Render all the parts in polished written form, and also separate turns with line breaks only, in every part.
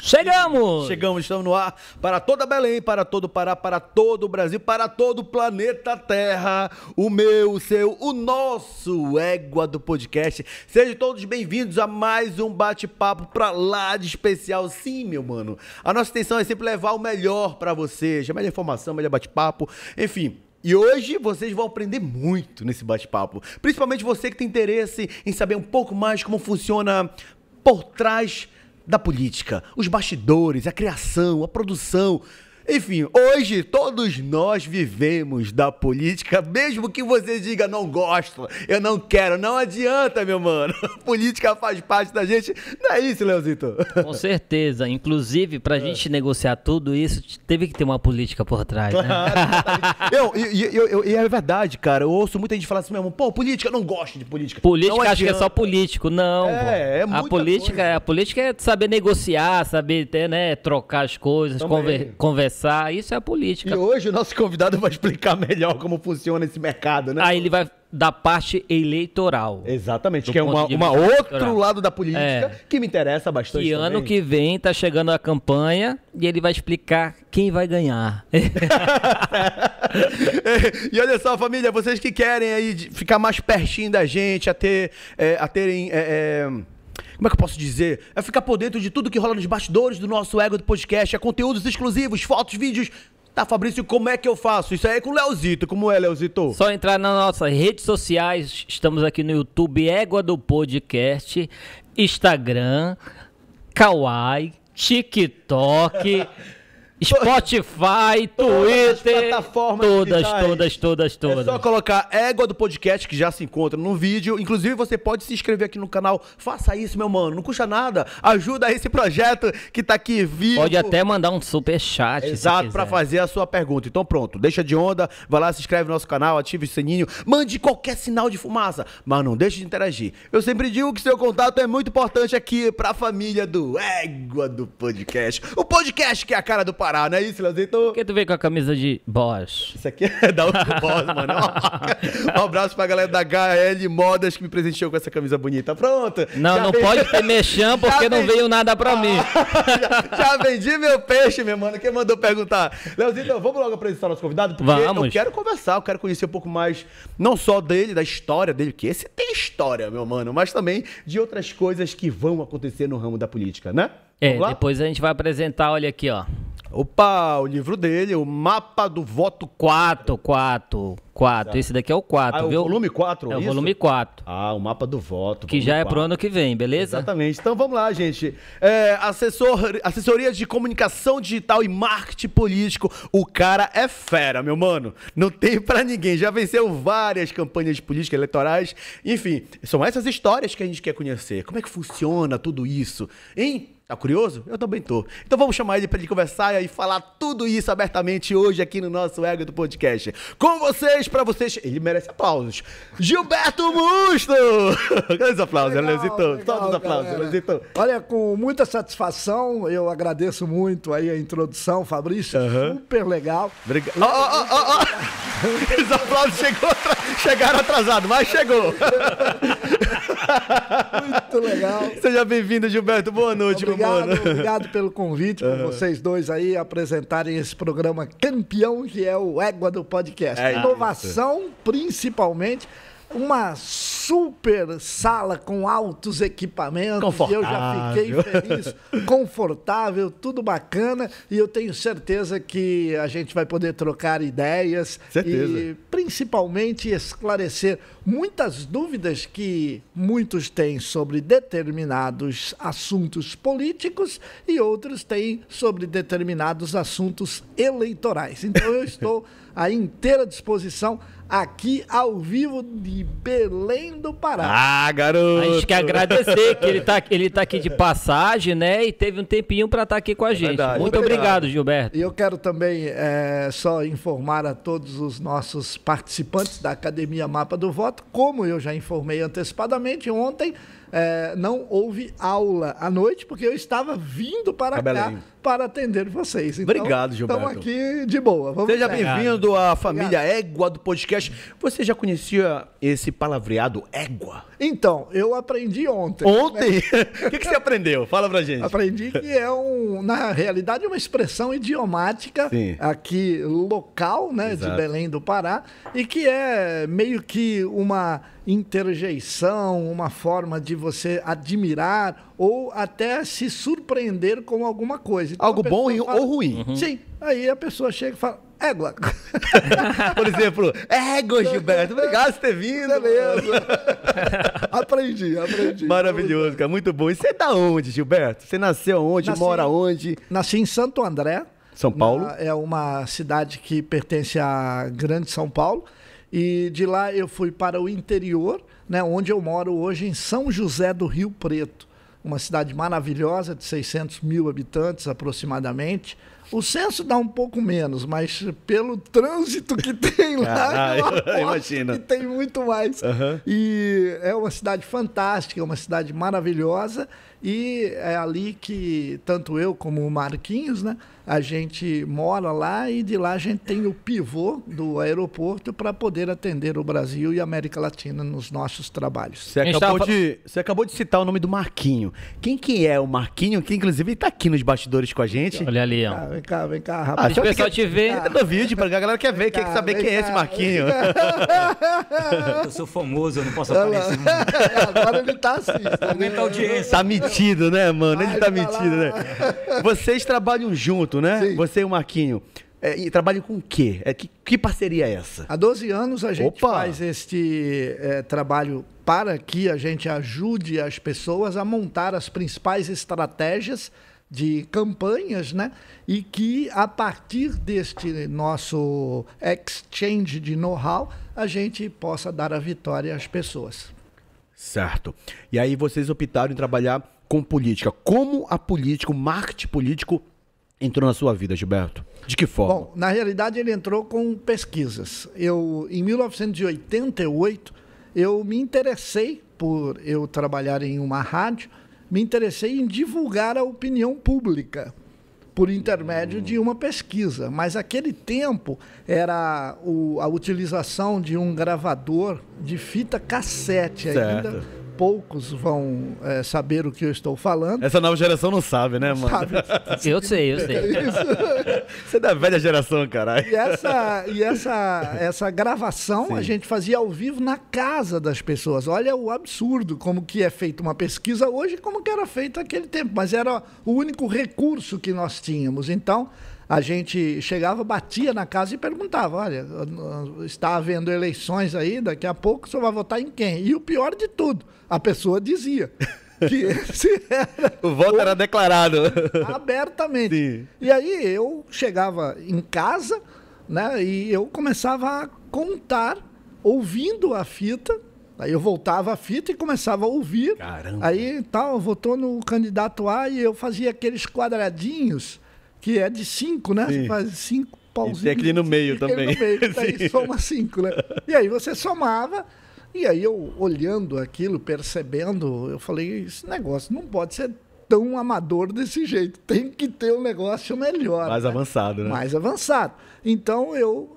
Chegamos!
Chegamos, estamos no ar para toda Belém, para todo o Pará, para todo o Brasil, para todo o planeta Terra. O meu, o seu, o nosso Égua do Podcast. Sejam todos bem-vindos a mais um bate-papo pra lá de especial. Sim, meu mano. A nossa intenção é sempre levar o melhor pra vocês. A melhor informação, o melhor bate-papo, enfim. E hoje vocês vão aprender muito nesse bate-papo. Principalmente você que tem interesse em saber um pouco mais como funciona por trás da política, os bastidores, a criação, a produção. Enfim, hoje todos nós vivemos da política, mesmo que você diga não gosto, eu não quero, não adianta, meu mano. Política faz parte da gente, não é isso, Leozito?
Com certeza, inclusive pra gente negociar tudo isso, teve que ter uma política por trás, né?
E é verdade, cara, eu ouço muita gente falar assim mesmo, pô, política, eu não gosto de política.
Política acho que é só político, não.
É muita
a política é saber negociar, saber ter, né, trocar as coisas, conversar. Isso é a política.
E hoje o nosso convidado vai explicar melhor como funciona esse mercado, né?
Aí ele vai da parte eleitoral.
Exatamente, que é uma outro lado da política que me interessa bastante.
Que ano que vem tá chegando a campanha e ele vai explicar quem vai ganhar.
E olha só, família, vocês que querem aí ficar mais pertinho da gente, a terem... como é que eu posso dizer? É ficar por dentro de tudo que rola nos bastidores do nosso Égua do Podcast, é conteúdos exclusivos, fotos, vídeos. Tá, Fabrício, como é que eu faço? Isso aí é com o Leozito. Como é, Leozito?
Só entrar nas nossas redes sociais. Estamos aqui no YouTube, Égua do Podcast, Instagram, Kawaii, TikTok... Spotify, Twitter, todas.
É só colocar Égua do Podcast, que já se encontra no vídeo. Inclusive, você pode se inscrever aqui no canal. Faça isso, meu mano. Não custa nada. Ajuda esse projeto que tá aqui vivo.
Pode até mandar um superchat.
Exato, pra fazer a sua pergunta. Então pronto, deixa de onda, vai lá, se inscreve no nosso canal, ative o sininho, mande qualquer sinal de fumaça, mas não deixe de interagir. Eu sempre digo que seu contato é muito importante aqui pra família do Égua do Podcast. O podcast que é a cara do Pará. Não é isso, Leozito?
Por que tu veio com a camisa de Bosch?
Isso aqui é da outro Bosch, mano. Um abraço pra galera da HL Modas que me presenteou com essa camisa bonita. Pronto.
Não pode ter mexão porque não veio nada pra mim.
Já vendi meu peixe, meu mano. Quem mandou perguntar? Leozito, vamos logo apresentar nosso convidado? Porque
vamos.
Eu quero conversar, eu quero conhecer um pouco mais, não só dele, da história dele, que esse tem história, meu mano, mas também de outras coisas que vão acontecer no ramo da política, né?
Depois a gente vai apresentar, olha aqui, ó.
Opa, o livro dele, o Mapa do Voto 4.
4. Esse daqui é o 4, viu?
O volume 4,
é o volume 4.
Ah, o Mapa do Voto.
Que já é pro ano que vem, beleza?
Exatamente. Então vamos lá, gente. Assessoria de Comunicação Digital e Marketing Político. O cara é fera, meu mano. Não tem pra ninguém. Já venceu várias campanhas políticas eleitorais. Enfim, são essas histórias que a gente quer conhecer. Como é que funciona tudo isso, hein? Tá curioso? Eu também tô. Então vamos chamar ele pra ele conversar e falar tudo isso abertamente hoje aqui no nosso Égua do Podcast. Com vocês, pra vocês... Ele merece aplausos. Gilberto Musto! Cadê os aplausos, Leozito? Todos os aplausos, Leozito.
Olha, com muita satisfação, eu agradeço muito aí a introdução, Fabrício. Super legal.
Obrigado. Os aplausos chegaram atrasados, mas chegou.
Muito legal.
Seja bem-vindo, Gilberto. Boa noite, meu mano.
Obrigado pelo convite, por vocês dois aí apresentarem esse programa campeão que é o Égua do Podcast. Inovação, principalmente. Uma super sala com altos equipamentos.
Confortável.
Eu já fiquei feliz, confortável, tudo bacana. E eu tenho certeza que a gente vai poder trocar ideias.
Certeza.
E principalmente esclarecer muitas dúvidas que muitos têm sobre determinados assuntos políticos e outros têm sobre determinados assuntos eleitorais. Então eu estou à inteira disposição aqui ao vivo de Belém do Pará.
Ah, garoto!
A gente quer agradecer que ele tá aqui de passagem, né? E teve um tempinho para estar aqui com a gente.
Verdade.
Muito obrigado, Gilberto.
E eu quero também só informar a todos os nossos participantes da Academia Mapa do Voto, como eu já informei antecipadamente ontem, não houve aula à noite, porque eu estava vindo para cá para atender vocês. Então,
obrigado, Gilberto.
Estamos aqui de boa.
Seja bem-vindo à família Égua do podcast. Você já conhecia esse palavreado égua?
Então, eu aprendi ontem.
Ontem? O que você aprendeu? Fala pra gente.
Aprendi que na realidade, uma expressão idiomática aqui local, né, de Belém do Pará, e que é meio que uma interjeição, uma forma de você admirar ou até se surpreender com alguma coisa. Então,
algo bom ou ruim?
Sim. Aí a pessoa chega e fala, égua.
Por exemplo, égua, Gilberto. Obrigado por ter vindo.
Beleza. aprendi.
Maravilhoso, cara. Muito bom. E você é da onde, Gilberto? Você nasceu onde? Mora onde?
Nasci em Santo André.
São Paulo.
É uma cidade que pertence à Grande São Paulo. E de lá eu fui para o interior, né, onde eu moro hoje, em São José do Rio Preto. Uma cidade maravilhosa, de 600 mil habitantes aproximadamente. O censo dá um pouco menos, mas pelo trânsito que tem lá,
imagina.
Que tem muito mais. E é uma cidade fantástica, é uma cidade maravilhosa. E é ali que tanto eu como o Marquinhos, né, a gente mora lá e de lá a gente tem o pivô do aeroporto para poder atender o Brasil e a América Latina nos nossos trabalhos.
Você acabou de citar o nome do Marquinho. Quem que é o Marquinho? Que inclusive está aqui nos bastidores com a gente.
Olha ali, ó.
Vem cá, rapaz.
Se o pessoal te ver...
no vídeo, pra galera quer ver, quer saber quem é esse Marquinho.
Eu sou famoso, eu não posso aparecer.
Agora ele tá assim.
Aumenta a audiência.
Tá metido, né, mano? Ele tá metido, né? Vocês trabalham junto, né?
Sim.
Você e o Marquinho. E trabalham com o quê? Que parceria é essa?
Há 12 anos a gente faz este trabalho para que a gente ajude as pessoas a montar as principais estratégias de campanhas, né? E que a partir deste nosso exchange de know-how, a gente possa dar a vitória às pessoas.
Certo. E aí vocês optaram em trabalhar com política. Como a política, o marketing político entrou na sua vida, Gilberto? De que forma?
Bom, na realidade ele entrou com pesquisas. Em 1988, eu me interessei por eu trabalhar em uma rádio, me interessei em divulgar a opinião pública por intermédio de uma pesquisa. Mas aquele tempo era a utilização de um gravador de fita cassete ainda. Poucos vão saber o que eu estou falando.
Essa nova geração não sabe, né, mano?
Sabe?
Eu sei.
Você é da velha geração, caralho.
E essa gravação a gente fazia ao vivo na casa das pessoas. Olha o absurdo, como que é feita uma pesquisa hoje, como que era feita naquele tempo. Mas era o único recurso que nós tínhamos. Então, a gente chegava, batia na casa e perguntava, olha, está havendo eleições aí, daqui a pouco você vai votar em quem? E o pior de tudo, a pessoa dizia que esse era...
O voto era declarado.
Abertamente.
Sim.
E aí eu chegava em casa, né, e eu começava a contar, ouvindo a fita. Aí eu voltava a fita e começava a ouvir.
Caramba.
Aí votou no candidato A e eu fazia aqueles quadradinhos, que é de 5, né?
Sim.
Você faz 5 pauzinhos.
E tem aquele no meio também.
No meio, aí soma 5, né? E aí você somava, e aí eu olhando aquilo, percebendo, eu falei, esse negócio não pode ser tão amador desse jeito. Tem que ter um negócio melhor.
Mais avançado, né?
Mais avançado. Então eu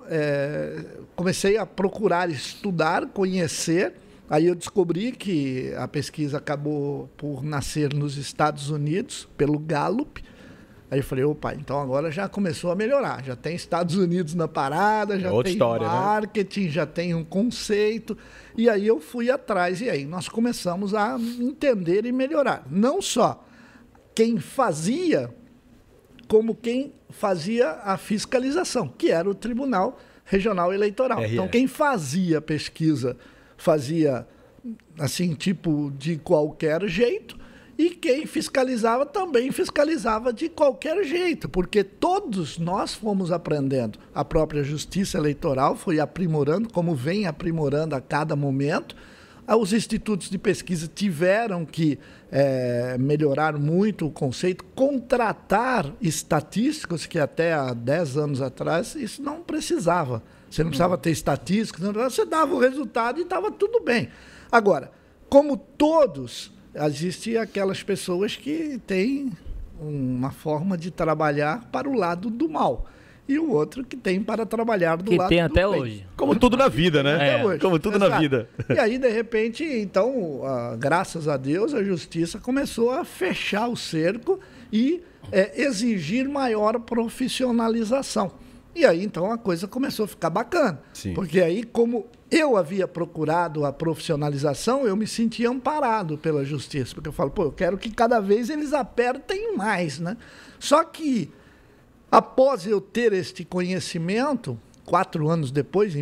comecei a procurar estudar, conhecer. Aí eu descobri que a pesquisa acabou por nascer nos Estados Unidos, pelo Gallup. Aí eu falei, opa, então agora já começou a melhorar. Já tem Estados Unidos na parada, já tem marketing, já tem um conceito. E aí eu fui atrás e aí nós começamos a entender e melhorar. Não só quem fazia, como quem fazia a fiscalização, que era o Tribunal Regional Eleitoral. Então quem fazia a pesquisa fazia assim, tipo de qualquer jeito. E quem fiscalizava também fiscalizava de qualquer jeito, porque todos nós fomos aprendendo. A própria Justiça Eleitoral foi aprimorando, como vem aprimorando a cada momento. Os institutos de pesquisa tiveram que melhorar muito o conceito, contratar estatísticos, que até há 10 anos atrás isso não precisava. Você não precisava ter estatísticos, você dava o resultado e estava tudo bem. Agora, como todos... Existem aquelas pessoas que têm uma forma de trabalhar para o lado do mal. E o outro que tem para trabalhar do lado do bem.
Que tem até hoje.
Como tudo na vida, né?
Até hoje.
Como tudo na vida.
E aí, de repente, então, graças a Deus, a justiça começou a fechar o cerco e exigir maior profissionalização. E aí, então, a coisa começou a ficar bacana.
Sim.
Porque aí, como eu havia procurado a profissionalização, eu me sentia amparado pela justiça. Porque eu falo, eu quero que cada vez eles apertem mais, né? Só que, após eu ter este conhecimento, 4 anos depois, em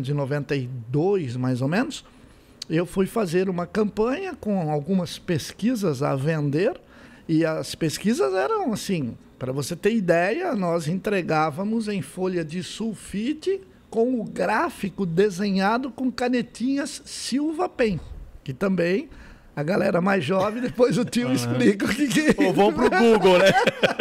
1992, mais ou menos, eu fui fazer uma campanha com algumas pesquisas a vender. E as pesquisas eram assim, para você ter ideia, nós entregávamos em folha de sulfite com o gráfico desenhado com canetinhas Silva Pen, que também a galera mais jovem, depois o tio explica o que
Ou vão pro Google, né?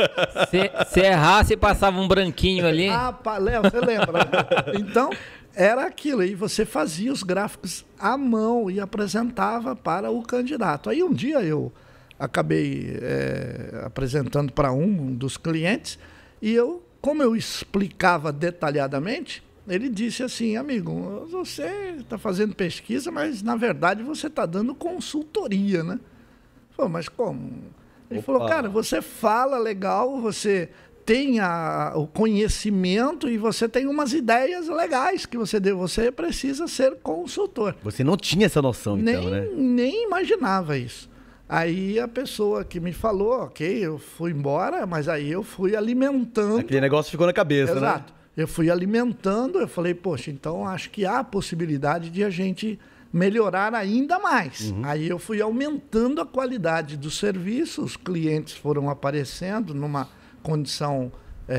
Se errasse, passava um branquinho ali.
Léo, você lembra? Então, era aquilo. E você fazia os gráficos à mão e apresentava para o candidato. Aí um dia eu acabei apresentando para um dos clientes e como eu explicava detalhadamente, ele disse assim, amigo, você está fazendo pesquisa, mas na verdade você está dando consultoria, né? Eu falei, mas como? Ele falou, cara, você fala legal, você tem o conhecimento e você tem umas ideias legais que você deu. Você precisa ser consultor.
Você não tinha essa noção, então, né?
Nem imaginava isso. Aí a pessoa que me falou, ok, eu fui embora, mas aí eu fui alimentando.
Aquele negócio ficou na cabeça, né?
Exato. Eu fui alimentando, eu falei, poxa, então acho que há a possibilidade de a gente melhorar ainda mais. Aí eu fui aumentando a qualidade do serviço, os clientes foram aparecendo numa condição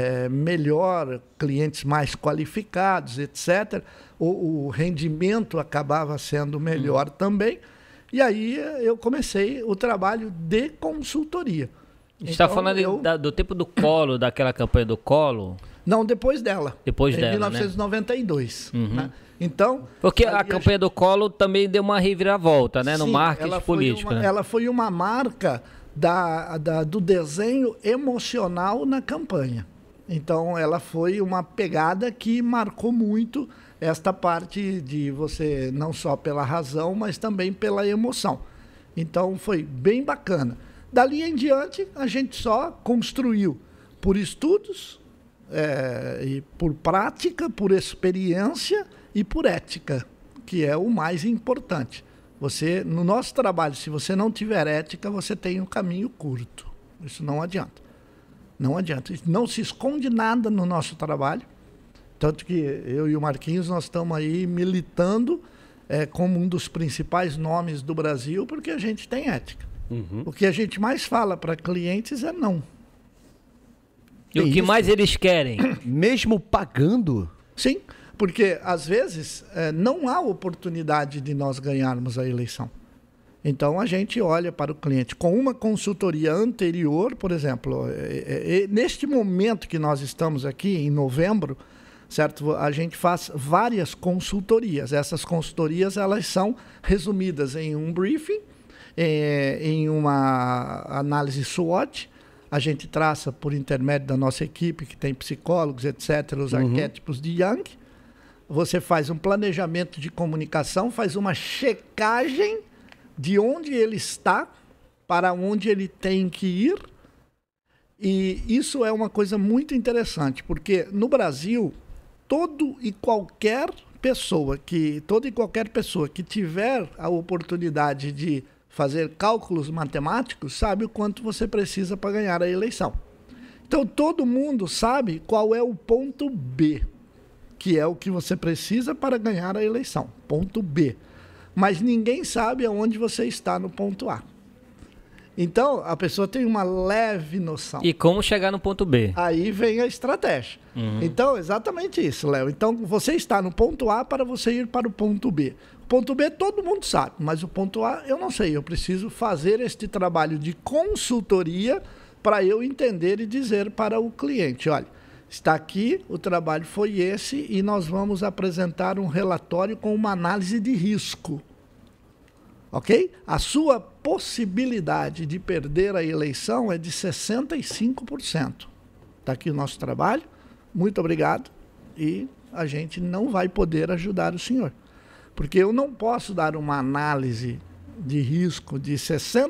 melhor, clientes mais qualificados, etc. O rendimento acabava sendo melhor também. E aí eu comecei o trabalho de consultoria.
A gente está falando do tempo do Collor, daquela campanha do Collor?
Não, depois dela.
Depois dela,
em 1992. Né? Então,
porque a campanha do Collor também deu uma reviravolta, né?
Sim,
no marketing político. Né?
Ela foi uma marca do desenho emocional na campanha. Então, ela foi uma pegada que marcou muito esta parte de você, não só pela razão, mas também pela emoção. Então, foi bem bacana. Dali em diante, a gente só construiu por estudos, e por prática, por experiência e por ética, que é o mais importante. Você, no nosso trabalho, se você não tiver ética, você tem um caminho curto. Isso não adianta. Não adianta. Não se esconde nada no nosso trabalho. Tanto que eu e o Marquinhos, nós estamos aí militando como um dos principais nomes do Brasil, porque a gente tem ética. O que a gente mais fala para clientes é não.
E o que mais eles querem?
Mesmo pagando?
Sim, porque às vezes não há oportunidade de nós ganharmos a eleição. Então a gente olha para o cliente com uma consultoria anterior, por exemplo, neste momento que nós estamos aqui, em novembro, certo? A gente faz várias consultorias. Essas consultorias elas são resumidas em um briefing, em uma análise SWOT. A gente traça por intermédio da nossa equipe, que tem psicólogos, etc., os arquétipos de Jung. Você faz um planejamento de comunicação, faz uma checagem de onde ele está, para onde ele tem que ir. E isso é uma coisa muito interessante, porque no Brasil, toda e qualquer pessoa que tiver a oportunidade de fazer cálculos matemáticos, sabe o quanto você precisa para ganhar a eleição. Então, todo mundo sabe qual é o ponto B, que é o que você precisa para ganhar a eleição. Ponto B. Mas ninguém sabe aonde você está no ponto A. Então, a pessoa tem uma leve noção.
E como chegar no ponto B?
Aí vem a estratégia. Então, exatamente isso, Léo. Então, você está no ponto A para você ir para o ponto B. O ponto B todo mundo sabe, mas o ponto A eu não sei. Eu preciso fazer este trabalho de consultoria para eu entender e dizer para o cliente, olha, está aqui, o trabalho foi esse e nós vamos apresentar um relatório com uma análise de risco. Ok? A sua possibilidade de perder a eleição é de 65%. Está aqui o nosso trabalho. Muito obrigado. E a gente não vai poder ajudar o senhor. Porque eu não posso dar uma análise de risco de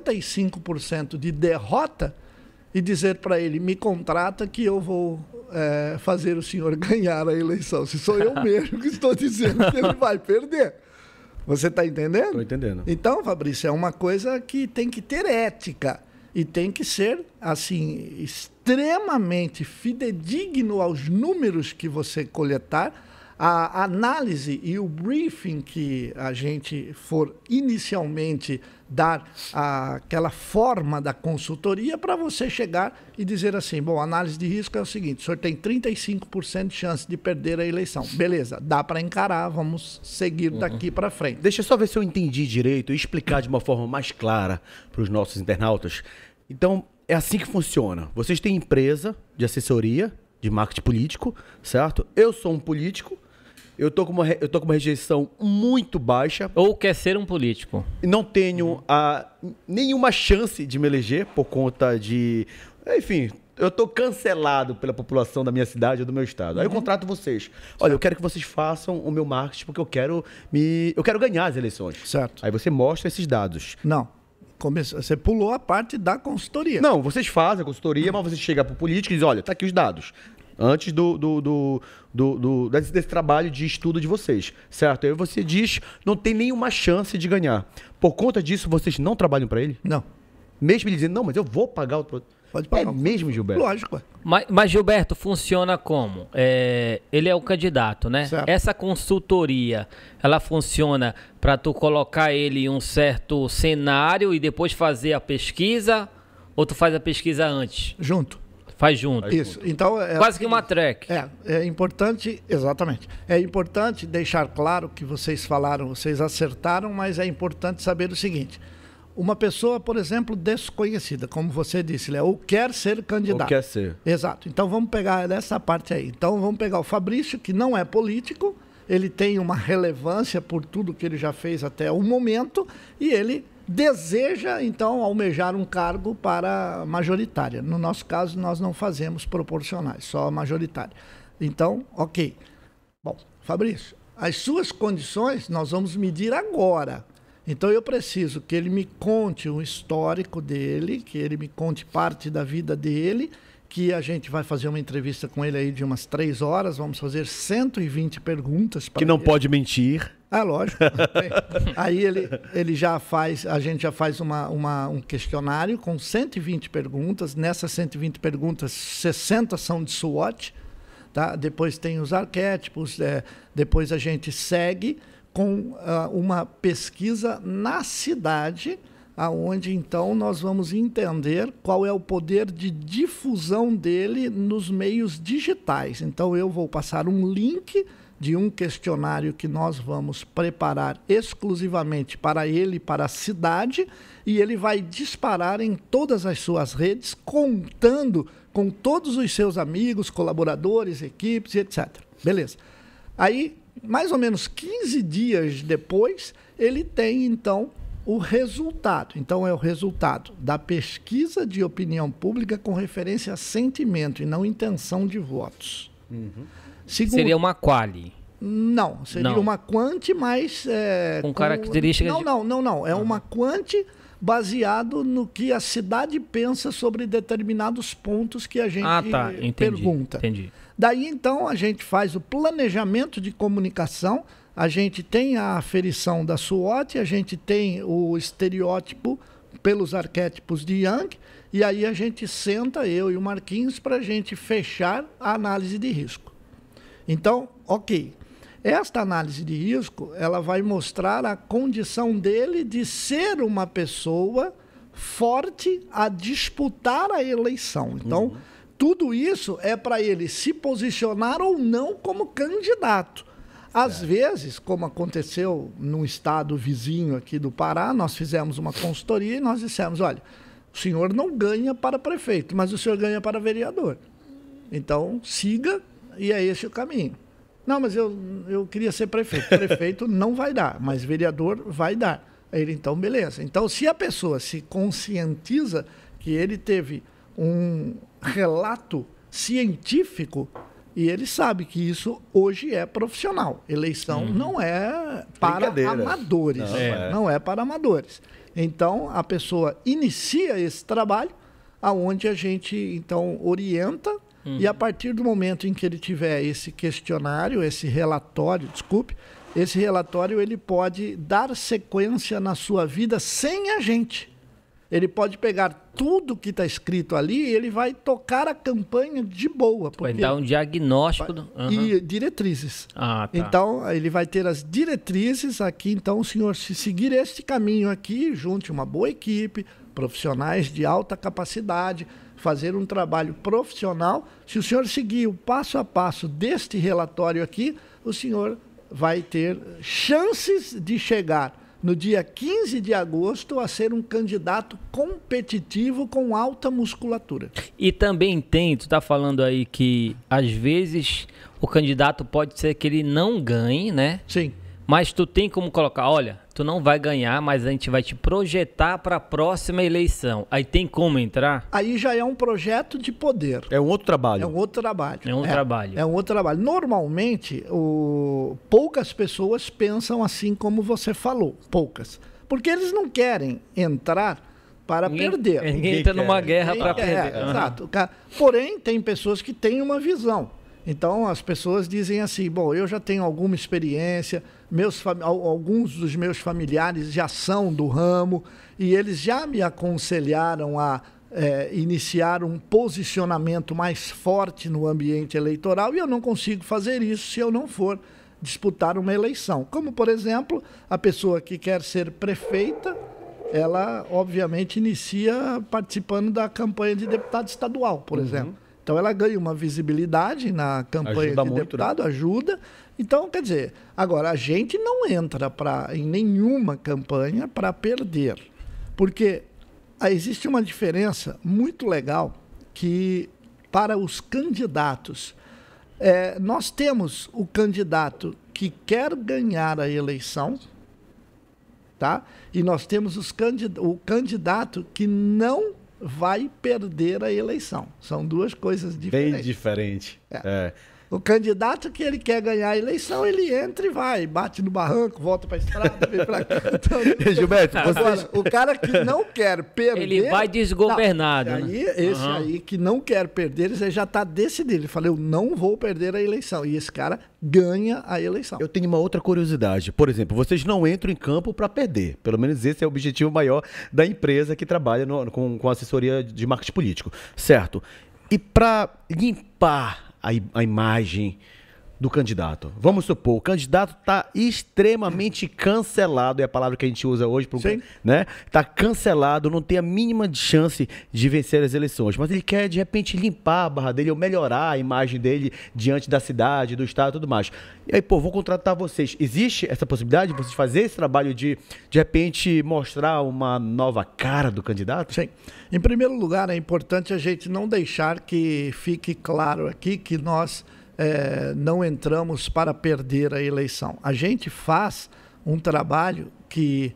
65% de derrota e dizer para ele, me contrata que eu vou fazer o senhor ganhar a eleição. Se sou eu mesmo que estou dizendo que ele vai perder. Você está entendendo?
Estou entendendo.
Então, Fabrício, é uma coisa que tem que ter ética e tem que ser, assim, extremamente fidedigno aos números que você coletar. A análise e o briefing que a gente for inicialmente dar aquela forma da consultoria para você chegar e dizer assim, bom, a análise de risco é o seguinte, o senhor tem 35% de chance de perder a eleição. Beleza, dá para encarar, vamos seguir daqui para frente.
Deixa eu só ver se eu entendi direito e explicar de uma forma mais clara para os nossos internautas. Então, é assim que funciona. Vocês têm empresa de assessoria, de marketing político, certo? Eu sou um político. Eu tô com uma rejeição muito baixa.
Ou quer ser um político.
E não tenho nenhuma chance de me eleger por conta de... Enfim, eu tô cancelado pela população da minha cidade ou do meu estado. Aí eu contrato vocês. Olha, eu quero que vocês façam o meu marketing porque eu quero ganhar as eleições.
Certo.
Aí você mostra esses dados.
Não. Você pulou a parte da consultoria.
Não, vocês fazem a consultoria, mas você chega pro político e diz, olha, tá aqui os dados. Antes desse trabalho de estudo de vocês, certo? Aí você diz, não tem nenhuma chance de ganhar. Por conta disso, vocês não trabalham para ele?
Não.
Mesmo ele dizendo, não, mas eu vou pagar o...
Pode pagar.
É mesmo, Gilberto?
Lógico.
Mas Gilberto, funciona como? Ele é o candidato, né?
Certo.
Essa consultoria, ela funciona para tu colocar ele em um certo cenário e depois fazer a pesquisa? Ou tu faz a pesquisa antes?
Junto.
Faz junto.
Isso. Então,
quase que uma track.
É importante, exatamente. É importante deixar claro que vocês falaram, vocês acertaram, mas é importante saber o seguinte. Uma pessoa, por exemplo, desconhecida, como você disse, Léo, ou quer ser candidato.
Ou quer ser.
Exato. Então vamos pegar essa parte aí. Então vamos pegar o Fabrício, que não é político, ele tem uma relevância por tudo que ele já fez até o momento, e ele deseja, então, almejar um cargo para majoritária. No nosso caso, nós não fazemos proporcionais, só majoritária. Então, ok. Bom, Fabrício, as suas condições nós vamos medir agora. Então, eu preciso que ele me conte o histórico dele, que ele me conte parte da vida dele, que a gente vai fazer uma entrevista com ele aí de umas 3 horas, vamos fazer 120 perguntas para
que não
ele.
Pode mentir.
Ah, lógico. Aí ele já faz, a gente já faz um questionário com 120 perguntas. Nessas 120 perguntas, 60 são de SWOT, tá? Depois tem os arquétipos, depois a gente segue com uma pesquisa na cidade, aonde então nós vamos entender qual é o poder de difusão dele nos meios digitais. Então eu vou passar um link de um questionário que nós vamos preparar exclusivamente para ele, para a cidade, e ele vai disparar em todas as suas redes, contando com todos os seus amigos, colaboradores, equipes, etc. Beleza. Aí, mais ou menos 15 dias depois, ele tem, então, o resultado. Então, é o resultado da pesquisa de opinião pública com referência a sentimento e não intenção de votos. Segundo,
seria uma quali?
Não, seria uma quanti, mas...
com características...
Não. É uma quanti baseado no que a cidade pensa sobre determinados pontos que a gente pergunta.
Entendi.
Daí, então, a gente faz o planejamento de comunicação, a gente tem a aferição da SWOT, a gente tem o estereótipo pelos arquétipos de Young, e aí a gente senta, eu e o Marquinhos, para a gente fechar a análise de risco. Então, ok. Esta análise de risco, ela vai mostrar a condição dele de ser uma pessoa forte a disputar a eleição. Então, tudo isso é para ele se posicionar ou não como candidato. Às vezes, como aconteceu num estado vizinho aqui do Pará, nós fizemos uma consultoria e nós dissemos, olha, o senhor não ganha para prefeito, mas o senhor ganha para vereador. Então, siga e é esse o caminho. Não, mas eu queria ser prefeito. Prefeito não vai dar, mas vereador vai dar. Ele, então, beleza. Então, se a pessoa se conscientiza que ele teve um relato científico, e ele sabe que isso hoje é profissional. Eleição não é para amadores. Não é para amadores. Então, a pessoa inicia esse trabalho, aonde a gente, então, orienta, e a partir do momento em que ele tiver esse questionário, esse relatório, esse relatório ele pode dar sequência na sua vida sem a gente. Ele pode pegar tudo que está escrito ali e ele vai tocar a campanha de boa.
Vai dar um diagnóstico.
E diretrizes.
Ah, tá.
Então, ele vai ter as diretrizes aqui. Então, o senhor, se seguir este caminho aqui, junte uma boa equipe, profissionais de alta capacidade, fazer um trabalho profissional. Se o senhor seguir o passo a passo deste relatório aqui, o senhor vai ter chances de chegar no dia 15 de agosto a ser um candidato competitivo com alta musculatura.
E também tu está falando aí que às vezes o candidato pode ser que ele não ganhe, né?
Sim.
Mas tu tem como colocar, olha, tu não vai ganhar, mas a gente vai te projetar para a próxima eleição. Aí tem como entrar?
Aí já é um projeto de poder.
É um outro trabalho.
É um outro trabalho.
É um outro trabalho.
Normalmente, poucas pessoas pensam assim como você falou. Poucas. Porque eles não querem entrar para perder.
Ninguém entra numa guerra para perder.
Exato. Porém, tem pessoas que têm uma visão. Então, as pessoas dizem assim, bom, eu já tenho alguma experiência, alguns dos meus familiares já são do ramo e eles já me aconselharam a iniciar um posicionamento mais forte no ambiente eleitoral e eu não consigo fazer isso se eu não for disputar uma eleição. Como, por exemplo, a pessoa que quer ser prefeita, ela, obviamente, inicia participando da campanha de deputado estadual, por exemplo. Então, ela ganha uma visibilidade na campanha de deputado, ajuda. Então, quer dizer, agora, a gente não entra em nenhuma campanha para perder. Porque existe uma diferença muito legal que, para os candidatos, nós temos o candidato que quer ganhar a eleição, tá? E nós temos o candidato que não vai perder a eleição. São duas coisas diferentes.
Bem diferente.
O candidato que ele quer ganhar a eleição, ele entra e vai, bate no barranco, volta para a estrada, vem para cá. Então,
Gilberto,
agora, o cara que não quer perder...
Ele vai desgovernado.
Esse aí que não quer perder, ele já está decidido. Ele fala, eu não vou perder a eleição. E esse cara ganha a eleição.
Eu tenho uma outra curiosidade. Por exemplo, vocês não entram em campo para perder. Pelo menos esse é o objetivo maior da empresa que trabalha com assessoria de marketing político. Certo? E para limpar a imagem do candidato. Vamos supor, o candidato está extremamente cancelado, é a palavra que a gente usa hoje, né? Está cancelado, não tem a mínima chance de vencer as eleições, mas ele quer, de repente, limpar a barra dele ou melhorar a imagem dele diante da cidade, do estado e tudo mais. E aí, vou contratar vocês. Existe essa possibilidade de vocês fazer esse trabalho de repente, mostrar uma nova cara do candidato?
Sim. Em primeiro lugar, é importante a gente não deixar que fique claro aqui que nós não entramos para perder a eleição. A gente faz um trabalho que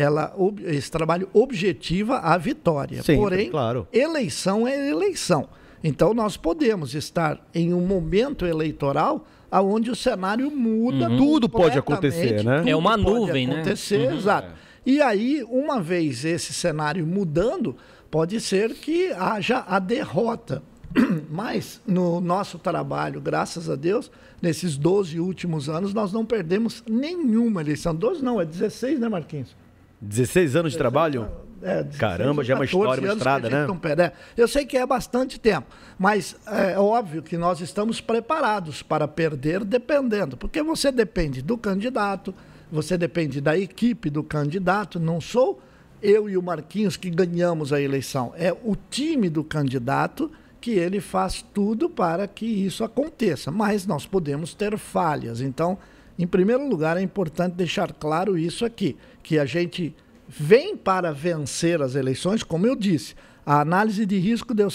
esse trabalho objetiva a vitória.
Sim,
porém,
claro.
Eleição é eleição. Então, nós podemos estar em um momento eleitoral onde o cenário muda.
Tudo pode acontecer, né?
É uma nuvem, né?
Exato. E aí, uma vez esse cenário mudando, pode ser que haja a derrota. Mas no nosso trabalho, graças a Deus, nesses 12 últimos anos, nós não perdemos nenhuma eleição. 12 não, é 16, né, Marquinhos?
16 anos de trabalho?
16,
caramba, já é uma história, uma estrada, né?
Eu sei que é bastante tempo, mas é óbvio que nós estamos preparados para perder dependendo, porque você depende do candidato, você depende da equipe do candidato, não sou eu e o Marquinhos que ganhamos a eleição, é o time do candidato que ele faz tudo para que isso aconteça, mas nós podemos ter falhas. Então, em primeiro lugar, é importante deixar claro isso aqui, que a gente vem para vencer as eleições, como eu disse, a análise de risco deu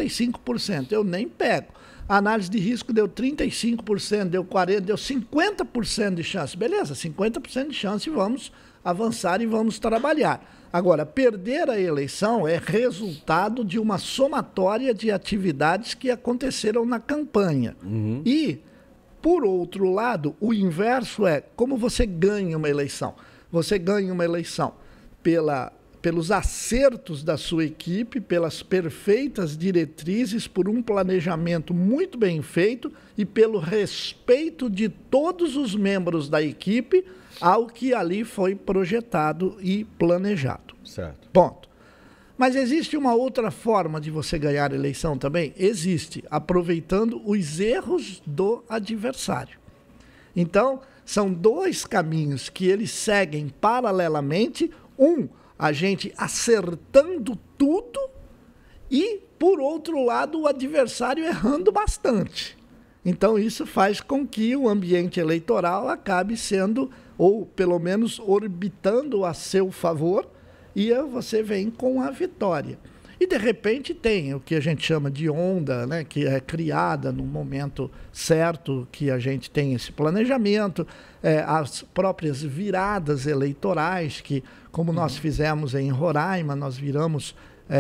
65%, eu nem pego. A análise de risco deu 35%, deu 40%, deu 50% de chance. Beleza, 50% de chance, vamos avançar e vamos trabalhar. Agora, perder a eleição é resultado de uma somatória de atividades que aconteceram na campanha. E, por outro lado, o inverso é como você ganha uma eleição. Você ganha uma eleição pelos acertos da sua equipe, pelas perfeitas diretrizes, por um planejamento muito bem feito e pelo respeito de todos os membros da equipe ao que ali foi projetado e planejado.
Certo.
Ponto. Mas existe uma outra forma de você ganhar a eleição também? Existe, aproveitando os erros do adversário. Então, são dois caminhos que eles seguem paralelamente. A gente acertando tudo e, por outro lado, o adversário errando bastante. Então, isso faz com que o ambiente eleitoral acabe sendo, ou pelo menos orbitando a seu favor, e você vem com a vitória. E, de repente, tem o que a gente chama de onda, né, que é criada no momento certo que a gente tem esse planejamento, as próprias viradas eleitorais, que, como nós fizemos em Roraima, nós viramos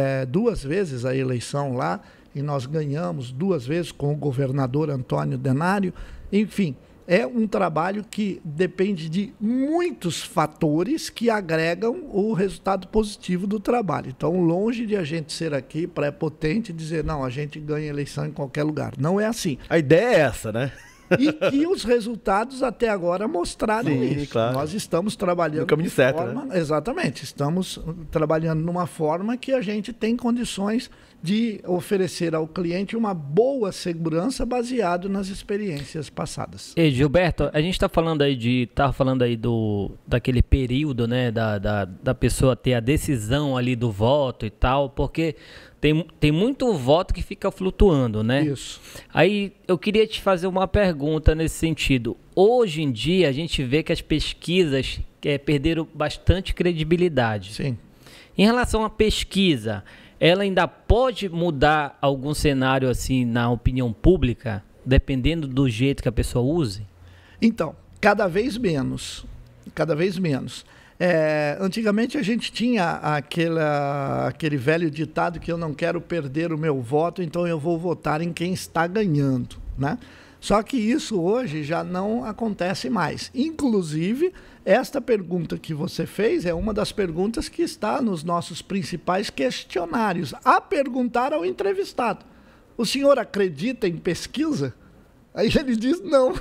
2 vezes a eleição lá, e nós ganhamos 2 vezes com o governador Antônio Denário. Enfim, é um trabalho que depende de muitos fatores que agregam o resultado positivo do trabalho. Então, longe de a gente ser aqui prepotente e dizer, não, a gente ganha eleição em qualquer lugar. Não é assim.
A ideia é essa, né?
E que os resultados até agora mostraram isso.
Claro.
Nós estamos trabalhando
no caminho certo,
forma,
né?
Exatamente. Estamos trabalhando numa forma que a gente tem condições de oferecer ao cliente uma boa segurança baseado nas experiências passadas.
E Gilberto, a gente está falando aí daquele período, né, da pessoa ter a decisão ali do voto e tal, porque tem muito voto que fica flutuando, né?
Isso.
Aí eu queria te fazer uma pergunta nesse sentido. Hoje em dia a gente vê que as pesquisas perderam bastante credibilidade.
Sim.
Em relação à pesquisa, ela ainda pode mudar algum cenário assim na opinião pública, dependendo do jeito que a pessoa use?
Então, cada vez menos. Cada vez menos. Antigamente a gente tinha aquele velho ditado que eu não quero perder o meu voto, então eu vou votar em quem está ganhando, né? Só que isso hoje já não acontece mais. Inclusive, esta pergunta que você fez é uma das perguntas que está nos nossos principais questionários, a perguntar ao entrevistado: o senhor acredita em pesquisa? Aí ele diz não.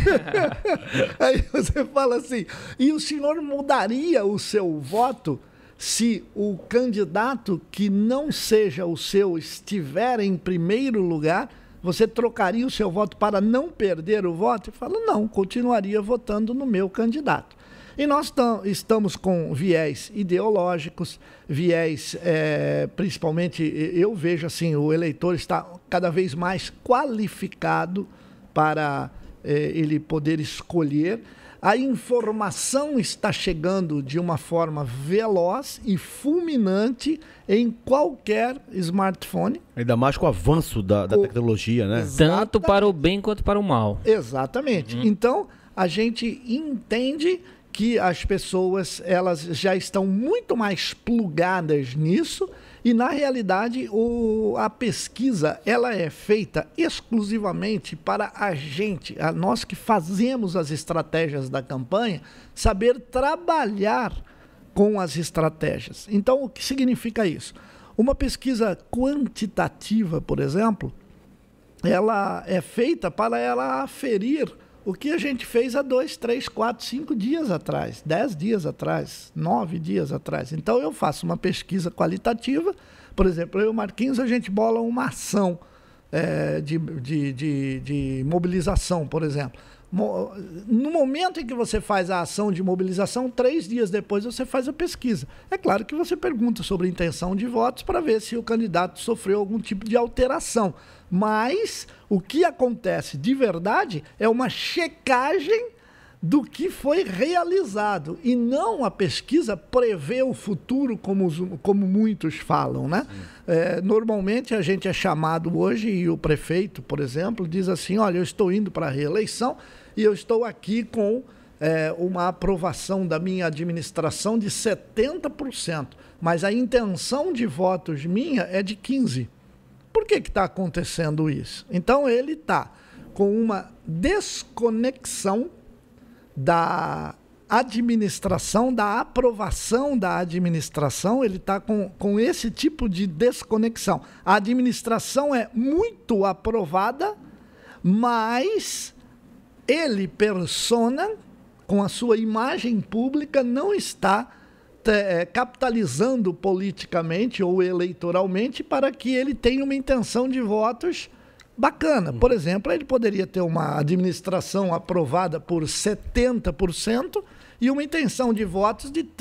Aí você fala assim, e o senhor mudaria o seu voto se o candidato que não seja o seu estiver em primeiro lugar? Você trocaria o seu voto para não perder o voto? E fala, não, continuaria votando no meu candidato. E nós estamos com viés ideológicos, viés, principalmente, eu vejo assim, o eleitor está cada vez mais qualificado para ele poder escolher. A informação está chegando de uma forma veloz e fulminante em qualquer smartphone.
Ainda mais com o avanço da tecnologia, né?
Tanto para o bem quanto para o mal.
Exatamente. Então, a gente entende que as pessoas elas já estão muito mais plugadas nisso. E, na realidade, a pesquisa ela é feita exclusivamente para a gente, nós que fazemos as estratégias da campanha, saber trabalhar com as estratégias. Então, o que significa isso? Uma pesquisa quantitativa, por exemplo, ela é feita para ela aferir o que a gente fez há 2, 3, 4, 5 dias atrás, 10 dias atrás, 9 dias atrás. Então, eu faço uma pesquisa qualitativa. Por exemplo, eu e o Marquinhos, a gente bola uma ação de mobilização, por exemplo. No momento em que você faz a ação de mobilização, 3 dias depois você faz a pesquisa. É claro que você pergunta sobre a intenção de votos para ver se o candidato sofreu algum tipo de alteração. Mas o que acontece de verdade é uma checagem do que foi realizado. E não a pesquisa prevê o futuro, como muitos falam, né? Normalmente a gente é chamado hoje, e o prefeito, por exemplo, diz assim, olha, eu estou indo para a reeleição e eu estou aqui com uma aprovação da minha administração de 70%, mas a intenção de votos minha é de 15%. Por que está acontecendo isso? Então, ele está com uma desconexão da administração, da aprovação da administração, ele está com esse tipo de desconexão. A administração é muito aprovada, mas ele, persona, com a sua imagem pública, não está capitalizando politicamente ou eleitoralmente para que ele tenha uma intenção de votos bacana. Por exemplo, ele poderia ter uma administração aprovada por 70% e uma intenção de votos de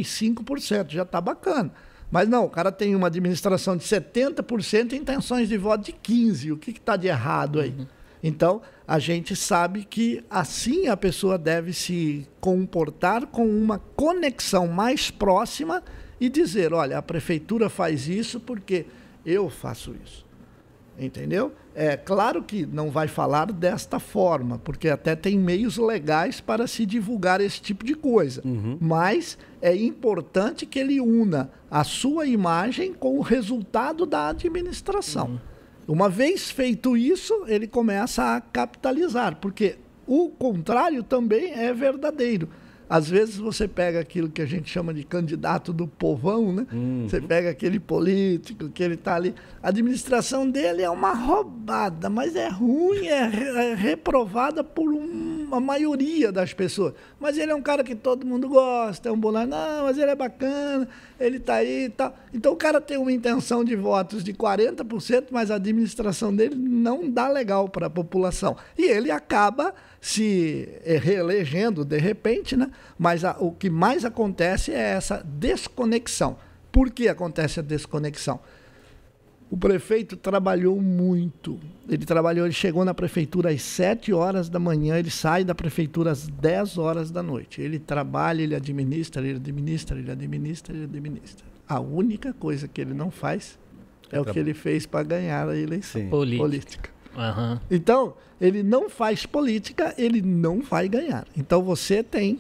35%. Já está bacana. Mas não, o cara tem uma administração de 70% e intenções de voto de 15%. O que está de errado aí? Então, a gente sabe que assim a pessoa deve se comportar com uma conexão mais próxima e dizer, olha, a prefeitura faz isso porque eu faço isso. Entendeu? É claro que não vai falar desta forma, porque até tem meios legais para se divulgar esse tipo de coisa. Mas é importante que ele una a sua imagem com o resultado da administração. Uma vez feito isso, ele começa a capitalizar, porque o contrário também é verdadeiro. Às vezes você pega aquilo que a gente chama de candidato do povão, né? Você pega aquele político que ele está ali. A administração dele é uma roubada, mas é ruim, é reprovada por uma maioria das pessoas. Mas ele é um cara que todo mundo gosta, é um bolão. Não, mas ele é bacana, ele está aí e tal. Então o cara tem uma intenção de votos de 40%, mas a administração dele não dá legal para a população. E ele acaba se reelegendo de repente, né? Mas o que mais acontece é essa desconexão. Por que acontece a desconexão? O prefeito trabalhou muito. Ele chegou na prefeitura às 7 horas da manhã, ele sai da prefeitura às 10 horas da noite. Ele trabalha, ele administra, ele administra, ele administra, ele administra. A única coisa que ele não faz é o que ele fez para ganhar a eleição política. Então, ele não faz política, ele não vai ganhar. Então, você tem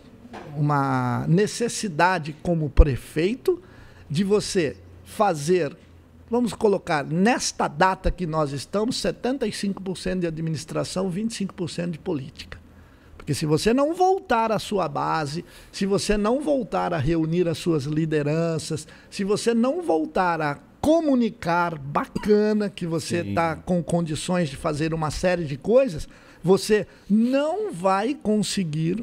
uma necessidade como prefeito de você fazer, vamos colocar, nesta data que nós estamos, 75% de administração, 25% de política. Porque se você não voltar à sua base, se você não voltar a reunir as suas lideranças, se você não voltar a comunicar bacana, que você está com condições de fazer uma série de coisas, você não vai conseguir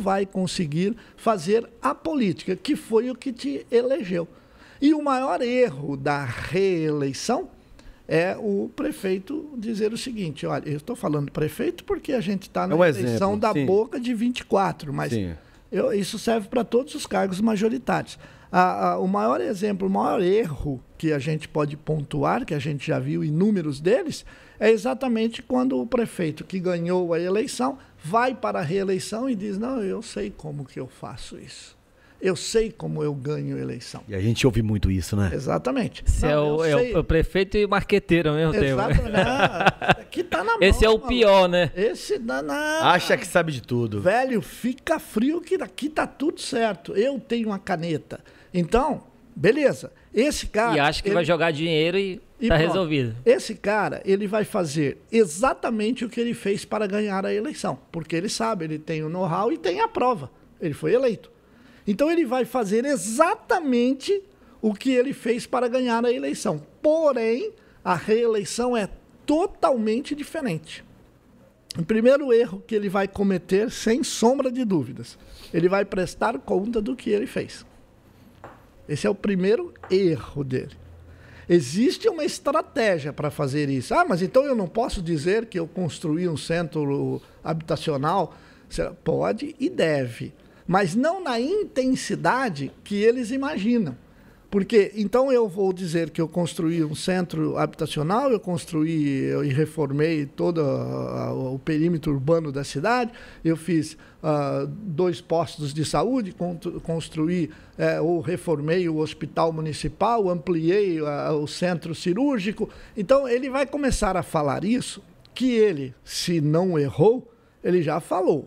fazer a política, que foi o que te elegeu. E o maior erro da reeleição é o prefeito dizer o seguinte, olha, eu estou falando prefeito porque a gente está na eleição da Boca de 24, mas isso serve para todos os cargos majoritários. O maior exemplo, o maior erro que a gente pode pontuar, que a gente já viu inúmeros deles, é exatamente quando o prefeito que ganhou a eleição vai para a reeleição e diz, não, eu sei como que eu faço isso. Eu sei como eu ganho a eleição.
E a gente ouve muito isso, né?
Exatamente.
Esse é o prefeito e marqueteiro ao mesmo tempo.
Aqui tá na mão.
Esse é o pior, né?
Esse
acha que sabe de tudo.
Velho, fica frio que daqui tá tudo certo. Eu tenho uma caneta. Então, beleza. Esse cara...
E acha que vai jogar dinheiro e tá resolvido.
Esse cara, ele vai fazer exatamente o que ele fez para ganhar a eleição. Porque ele sabe, ele tem o know-how e tem a prova. Ele foi eleito. Então, ele vai fazer exatamente o que ele fez para ganhar a eleição. Porém, a reeleição é totalmente diferente. O primeiro erro que ele vai cometer, sem sombra de dúvidas, ele vai prestar conta do que ele fez. Esse é o primeiro erro dele. Existe uma estratégia para fazer isso. Ah, mas então eu não posso dizer que eu construí um centro habitacional? Pode e deve. Mas não na intensidade que eles imaginam. Porque, então, eu vou dizer que eu construí um centro habitacional, eu construí e reformei todo o perímetro urbano da cidade, eu fiz 2 postos de saúde, construí ou reformei o hospital municipal, ampliei o centro cirúrgico. Então, ele vai começar a falar isso, que ele, se não errou, ele já falou.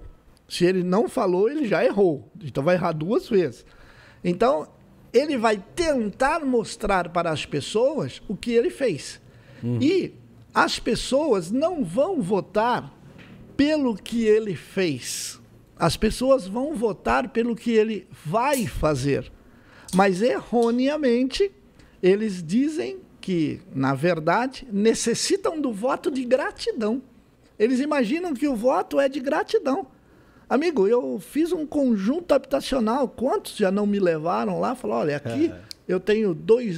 Se ele não falou, ele já errou. Então vai errar 2 vezes. Então, ele vai tentar mostrar para as pessoas o que ele fez. E as pessoas não vão votar pelo que ele fez. As pessoas vão votar pelo que ele vai fazer. Mas, erroneamente, eles dizem que, na verdade, necessitam do voto de gratidão. Eles imaginam que o voto é de gratidão. Amigo, eu fiz um conjunto habitacional. Quantos já não me levaram lá? Falaram, olha, aqui eu tenho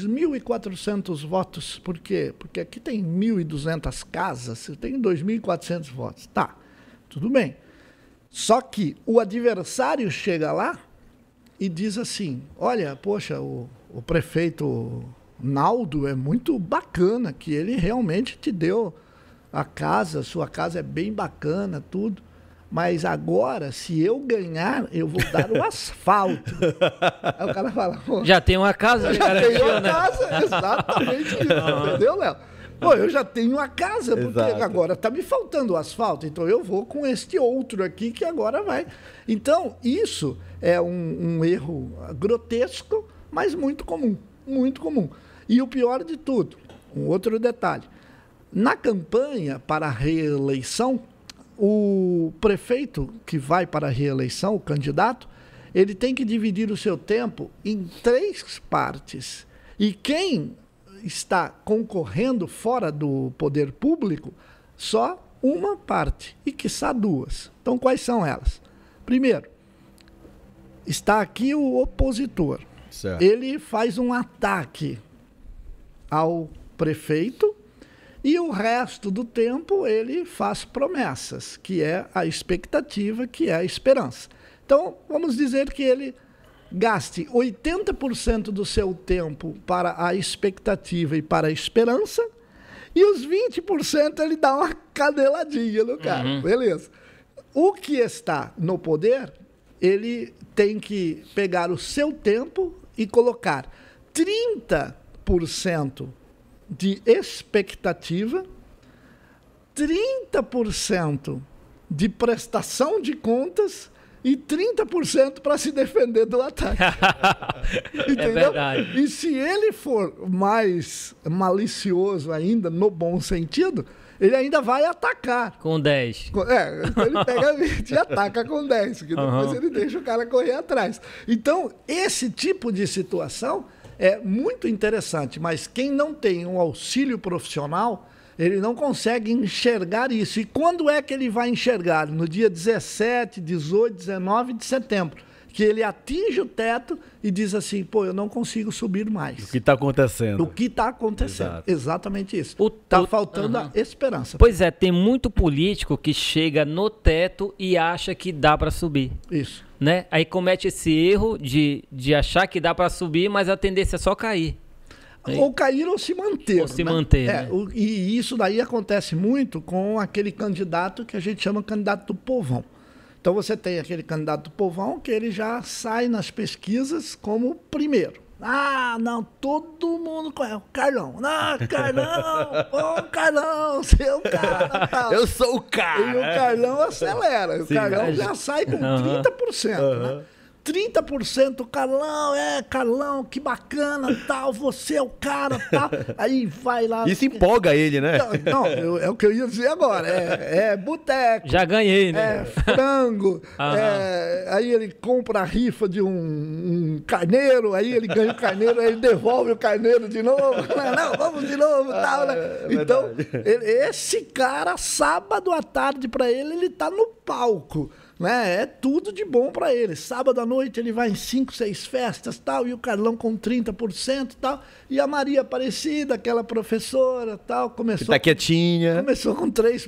2.400 votos. Por quê? Porque aqui tem 1.200 casas, eu tenho 2.400 votos. Tá, tudo bem. Só que o adversário chega lá e diz assim, olha, poxa, o prefeito Naldo é muito bacana, que ele realmente te deu a casa, sua casa é bem bacana, tudo. Mas agora, se eu ganhar, eu vou dar o asfalto. Aí o cara fala...
Já tem uma casa,
já tenho uma casa, exatamente isso, entendeu, Léo? Pô, eu já tenho a casa, porque agora está me faltando o asfalto, então eu vou com este outro aqui que agora vai. Então, isso é um erro grotesco, mas muito comum, muito comum. E o pior de tudo, um outro detalhe, na campanha para a reeleição, o prefeito que vai para a reeleição, o candidato, ele tem que dividir o seu tempo em 3 partes. E quem está concorrendo fora do poder público, só uma parte, e quiçá 2. Então, quais são elas? Primeiro, está aqui o opositor.
Certo.
Ele faz um ataque ao prefeito e o resto do tempo ele faz promessas, que é a expectativa, que é a esperança. Então, vamos dizer que ele gaste 80% do seu tempo para a expectativa e para a esperança, e os 20% ele dá uma caneladinha no cara. Beleza. O que está no poder, ele tem que pegar o seu tempo e colocar 30% de expectativa, 30% de prestação de contas e 30% para se defender do ataque. Entendeu?
É verdade.
E se ele for mais malicioso ainda, no bom sentido, ele ainda vai atacar.
Com 10.
Ele pega 20 e ataca com 10, que depois ele deixa o cara correr atrás. Então, esse tipo de situação é muito interessante, mas quem não tem um auxílio profissional, ele não consegue enxergar isso. E quando é que ele vai enxergar? No dia 17, 18, 19 de setembro, que ele atinge o teto e diz assim, pô, eu não consigo subir mais.
O que está acontecendo?
O que está acontecendo.
Exato.
Exatamente isso. Está faltando a esperança.
Pois é, tem muito político que chega no teto e acha que dá para subir.
Isso.
Né? Aí comete esse erro de achar que dá para subir, mas a tendência é só cair.
Ou cair ou se manter.
Ou se manter, né?
E isso daí acontece muito com aquele candidato que a gente chama candidato do povão. Então você tem aquele candidato do povão que ele já sai nas pesquisas como primeiro. Ah, não, todo mundo conhece. O Carlão. Não, Carlão, ô Carlão, você é o cara. Tal.
Eu sou o cara.
E o Carlão acelera. O Carlão já sai com 30%, né? 30%, Carlão, que bacana, tal, você é o cara, tal. Aí vai lá.
Isso empolga ele, né?
Não, é o que eu ia dizer agora. É boteco.
Já ganhei, né?
É frango. Aí ele compra a rifa de um carneiro, aí ele ganha o carneiro, aí ele devolve o carneiro de novo. Não, vamos de novo, tal, né? Então, esse cara, sábado à tarde pra ele tá no palco. Né? É tudo de bom para ele. Sábado à noite ele vai em 5, 6 festas, tal, e o Carlão com 30%, tal, e a Maria Aparecida, aquela professora, tal, começou...
Que tá quietinha.
Começou com 3%,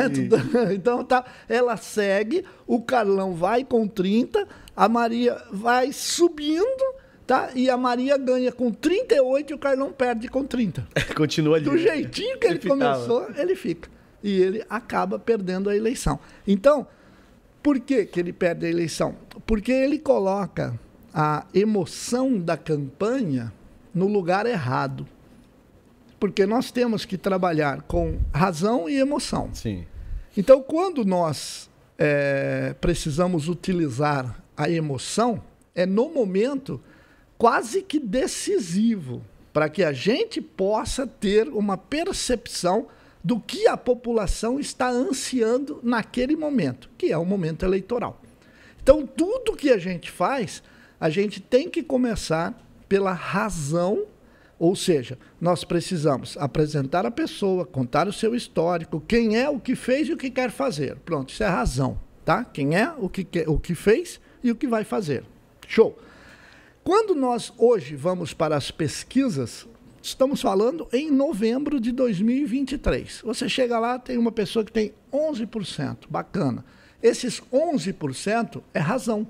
então tá, ela segue, o Carlão vai com 30%, a Maria vai subindo, tá? E a Maria ganha com 38% e o Carlão perde com 30%.
Continua ali.
Do jeitinho que ele começou, ele fica. E ele acaba perdendo a eleição. Então, por que ele perde a eleição? Porque ele coloca a emoção da campanha no lugar errado. Porque nós temos que trabalhar com razão e emoção.
Sim.
Então, quando nós precisamos utilizar a emoção, é no momento quase que decisivo para que a gente possa ter uma percepção do que a população está ansiando naquele momento, que é o momento eleitoral. Então, tudo que a gente faz, a gente tem que começar pela razão, ou seja, nós precisamos apresentar a pessoa, contar o seu histórico, quem é, o que fez e o que quer fazer. Pronto, isso é razão, tá? Quem é, o que fez e o que vai fazer. Show! Quando nós hoje vamos para as pesquisas, estamos falando em novembro de 2023. Você chega lá, tem uma pessoa que tem 11%, bacana. Esses 11% é razão.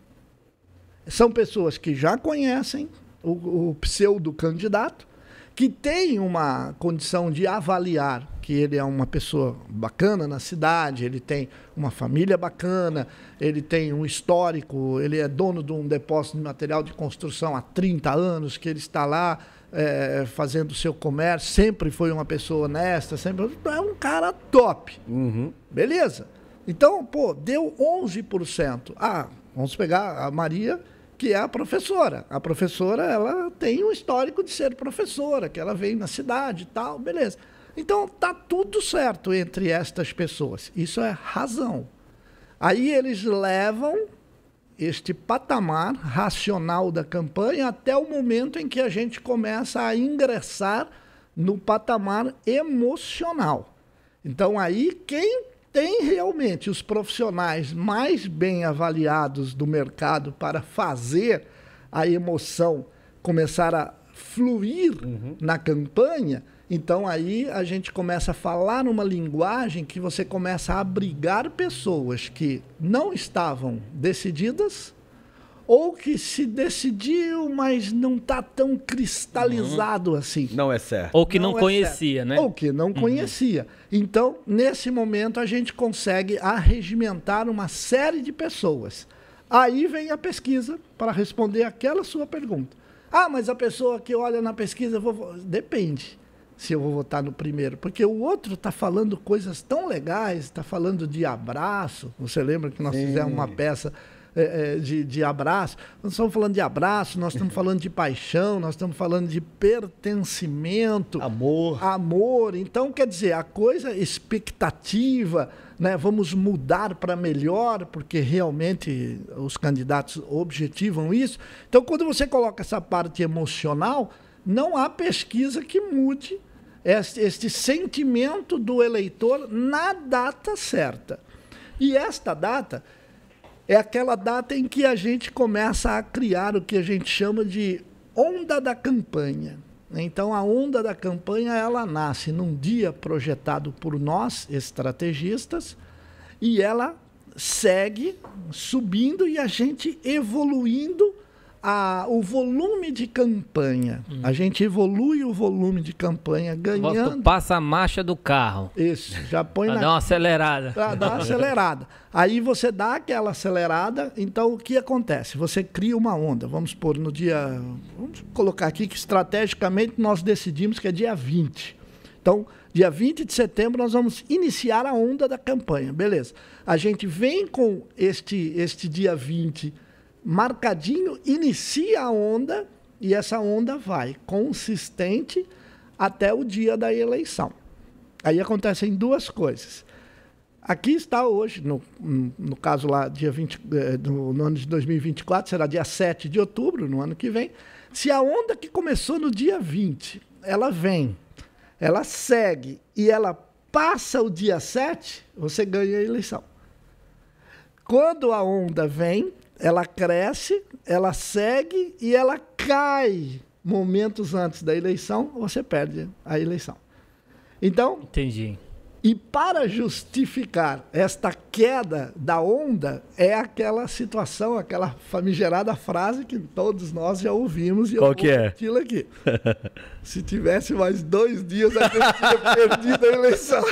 São pessoas que já conhecem o pseudo-candidato, que tem uma condição de avaliar que ele é uma pessoa bacana na cidade, ele tem uma família bacana, ele tem um histórico, ele é dono de um depósito de material de construção há 30 anos, que ele está lá fazendo o seu comércio, sempre foi uma pessoa honesta, sempre é um cara top.
Uhum.
Beleza? Então, pô, deu 11%. Ah, vamos pegar a Maria, que é a professora. A professora, ela tem um histórico de ser professora, que ela veio na cidade e tal, beleza. Então, tá tudo certo entre estas pessoas. Isso é razão. Aí eles levam este patamar racional da campanha até o momento em que a gente começa a ingressar no patamar emocional. Então, aí, quem tem realmente os profissionais mais bem avaliados do mercado para fazer a emoção começar a fluir na campanha, então aí a gente começa a falar numa linguagem que você começa a abrigar pessoas que não estavam decididas ou que se decidiu, mas não está tão cristalizado assim.
Não é certo.
Ou que não conhecia,
certo,
né?
Ou que não conhecia. Então, nesse momento, a gente consegue arregimentar uma série de pessoas. Aí vem a pesquisa para responder aquela sua pergunta. Ah, mas a pessoa que olha na pesquisa, depende se eu vou votar no primeiro. Porque o outro está falando coisas tão legais, está falando de abraço. Você lembra que nós fizemos uma peça de abraço? Nós estamos falando de abraço, nós estamos falando de paixão, nós estamos falando de pertencimento. Amor. Então, quer dizer, a coisa, expectativa, né? Vamos mudar para melhor, porque realmente os candidatos objetivam isso. Então, quando você coloca essa parte emocional, não há pesquisa que mude este sentimento do eleitor na data certa. E esta data é aquela data em que a gente começa a criar o que a gente chama de onda da campanha. Então, a onda da campanha, ela nasce num dia projetado por nós, estrategistas, e ela segue subindo e a gente evoluindo o volume de campanha. A gente evolui o volume de campanha ganhando.
Passa a marcha do carro.
Isso, já põe
Pra dar uma acelerada.
Para dar uma acelerada. Aí você dá aquela acelerada, então o que acontece? Você cria uma onda. Vamos pôr no dia... Vamos colocar aqui que estrategicamente nós decidimos que é dia 20. Então, dia 20 de setembro nós vamos iniciar a onda da campanha. Beleza. A gente vem com este dia 20 marcadinho, inicia a onda e essa onda vai consistente até o dia da eleição. Aí acontecem duas coisas. Aqui está hoje, no caso lá, dia 20, no ano de 2024, será dia 7 de outubro, no ano que vem. Se a onda que começou no dia 20, ela vem, ela segue e ela passa o dia 7, você ganha a eleição. Quando a onda vem, ela cresce, ela segue e ela cai momentos antes da eleição, você perde a eleição. Então,
entendi.
E para justificar esta queda da onda, é aquela situação, aquela famigerada frase que todos nós já ouvimos. E
qual que é?
Aquilo aqui. Se tivesse mais 2 dias, a gente tinha perdido a eleição.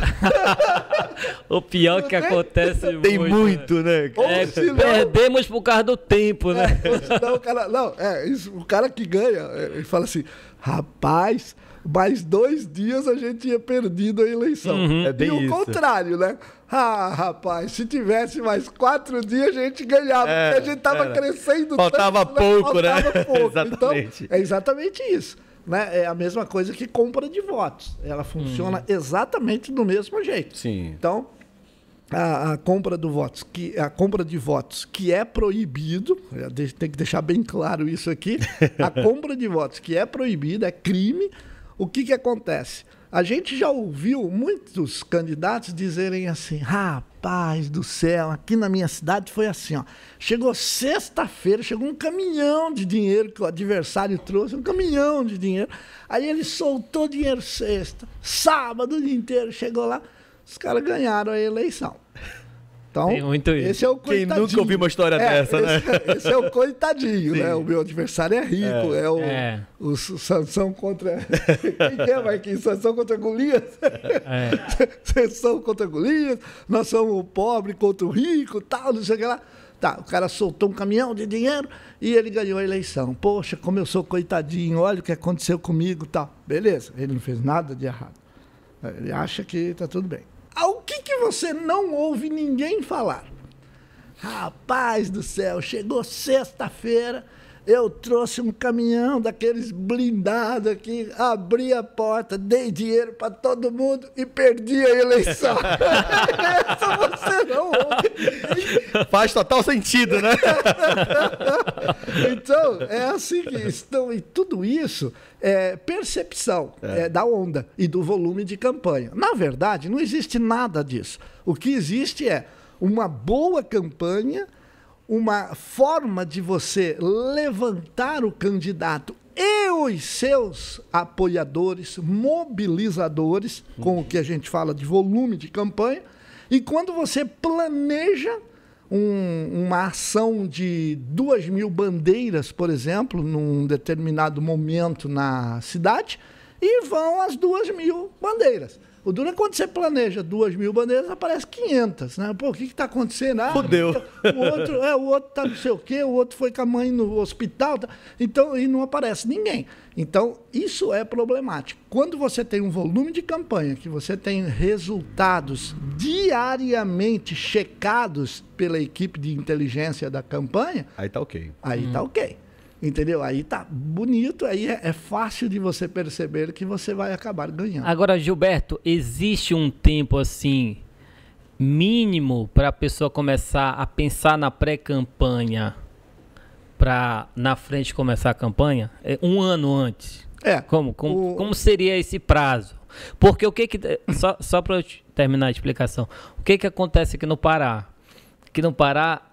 O pior que acontece
tem muito, né?
Perdemos por causa do tempo, né?
Senão, o cara que ganha, ele fala assim, rapaz, mais 2 dias a gente tinha perdido a eleição.
É bem
e o
isso.
contrário, né? Ah, rapaz, se tivesse mais 4 dias a gente ganhava, porque a gente estava crescendo
Faltava
tanto,
pouco, né?
Faltava pouco.
Exatamente.
Então, é exatamente isso. Né? É a mesma coisa que compra de votos. Ela funciona exatamente do mesmo jeito.
Sim.
Então, a compra de votos, que é proibido, tem que deixar bem claro isso aqui, a compra de votos que é proibida, é crime. O que acontece? A gente já ouviu muitos candidatos dizerem assim, rapaz do céu, aqui na minha cidade foi assim, ó, chegou sexta-feira, chegou um caminhão de dinheiro que o adversário trouxe, um caminhão de dinheiro, aí ele soltou dinheiro sexta, sábado o dia inteiro, chegou lá, os caras ganharam a eleição. Então,
Tem muito isso.
esse é o
Quem
coitadinho.
nunca ouviu uma história dessa, né?
Esse é o coitadinho, né? O meu adversário é rico, o Sansão contra... Quem que é, Marquinhos? Sansão contra Golias? Sansão contra Golias, nós somos o pobre contra o rico, tal, não sei o que lá. Tá, o cara soltou um caminhão de dinheiro e ele ganhou a eleição. Poxa, como eu sou coitadinho, olha o que aconteceu comigo, tal. Beleza, ele não fez nada de errado. Ele acha que tá tudo bem. O que você não ouve ninguém falar? Rapaz do céu, chegou sexta-feira, eu trouxe um caminhão daqueles blindados aqui, abri a porta, dei dinheiro para todo mundo e perdi a eleição. Essa você não ouve.
Faz total sentido, né?
Então, é assim que estão. E tudo isso é percepção da onda e do volume de campanha. Na verdade, não existe nada disso. O que existe é uma boa campanha, uma forma de você levantar o candidato e os seus apoiadores, mobilizadores, com o que a gente fala de volume de campanha. E quando você planeja uma ação de 2.000 bandeiras, por exemplo, num determinado momento na cidade, e vão as 2.000 bandeiras. O duro é quando você planeja 2.000 bandeiras, aparece 500, né? Pô, o que está acontecendo?
Fudeu.
O outro tá não sei o quê, o outro foi com a mãe no hospital. Então, e não aparece ninguém. Então, isso é problemático. Quando você tem um volume de campanha, que você tem resultados diariamente checados pela equipe de inteligência da campanha...
Aí tá ok.
Aí tá ok. Entendeu? Aí tá bonito, aí é fácil de você perceber que você vai acabar ganhando.
Agora, Gilberto, existe um tempo assim mínimo para a pessoa começar a pensar na pré-campanha para na frente começar a campanha? É 1 ano antes. Como seria esse prazo? Porque o que só para eu terminar a explicação, o que acontece aqui no Pará? Aqui no Pará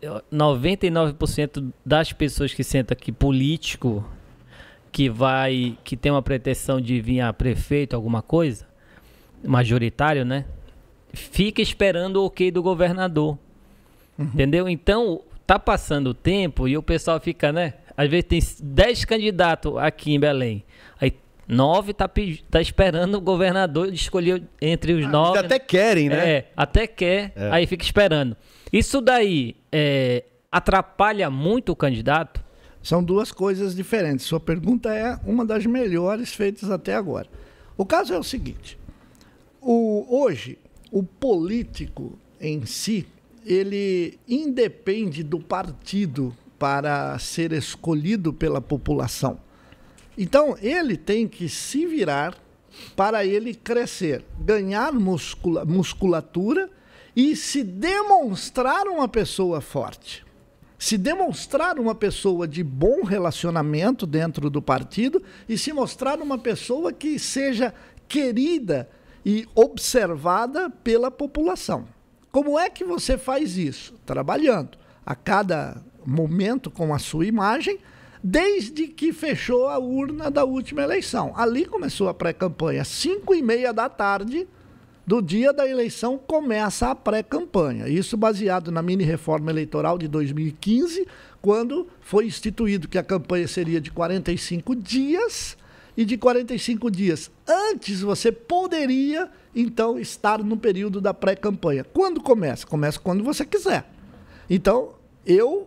99% das pessoas que sentam aqui, político, que tem uma pretensão de vir a prefeito, alguma coisa, majoritário, né? Fica esperando o ok do governador. Entendeu? Então, tá passando o tempo e o pessoal fica, né? Às vezes tem 10 candidatos aqui em Belém. Aí 9 tá esperando o governador escolher entre os 9.
Até querem, né?
Até quer, aí fica esperando. Isso daí atrapalha muito o candidato?
São duas coisas diferentes. Sua pergunta é uma das melhores feitas até agora. O caso é o seguinte. Hoje, o político em si, ele independe do partido para ser escolhido pela população. Então, ele tem que se virar para ele crescer, ganhar musculatura e se demonstrar uma pessoa forte. Se demonstrar uma pessoa de bom relacionamento dentro do partido e se mostrar uma pessoa que seja querida e observada pela população. Como é que você faz isso? Trabalhando a cada momento com a sua imagem, desde que fechou a urna da última eleição. Ali começou a pré-campanha, 5h30 da tarde do dia da eleição começa a pré-campanha. Isso baseado na mini-reforma eleitoral de 2015, quando foi instituído que a campanha seria de 45 dias, e de 45 dias antes você poderia, então, estar no período da pré-campanha. Quando começa? Começa quando você quiser. Então, eu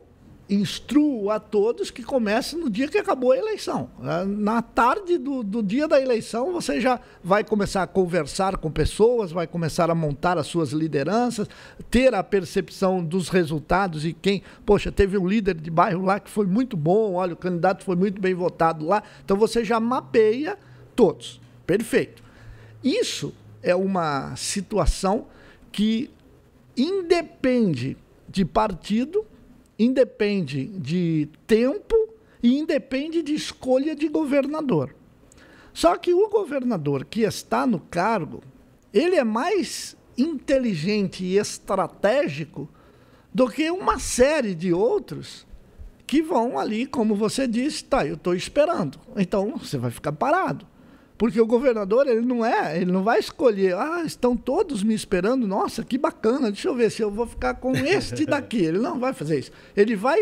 instruo a todos que comece no dia que acabou a eleição. Na tarde do dia da eleição, você já vai começar a conversar com pessoas, vai começar a montar as suas lideranças, ter a percepção dos resultados e quem... Poxa, teve um líder de bairro lá que foi muito bom, olha, o candidato foi muito bem votado lá. Então, você já mapeia todos. Perfeito. Isso é uma situação que independe de partido, independe de tempo e independe de escolha de governador. Só que o governador que está no cargo, ele é mais inteligente e estratégico do que uma série de outros que vão ali, como você disse, tá, eu estou esperando. Então, você vai ficar parado. Porque o governador, ele não vai escolher, estão todos me esperando, nossa, que bacana, deixa eu ver se eu vou ficar com este daqui. Ele não vai fazer isso. Ele vai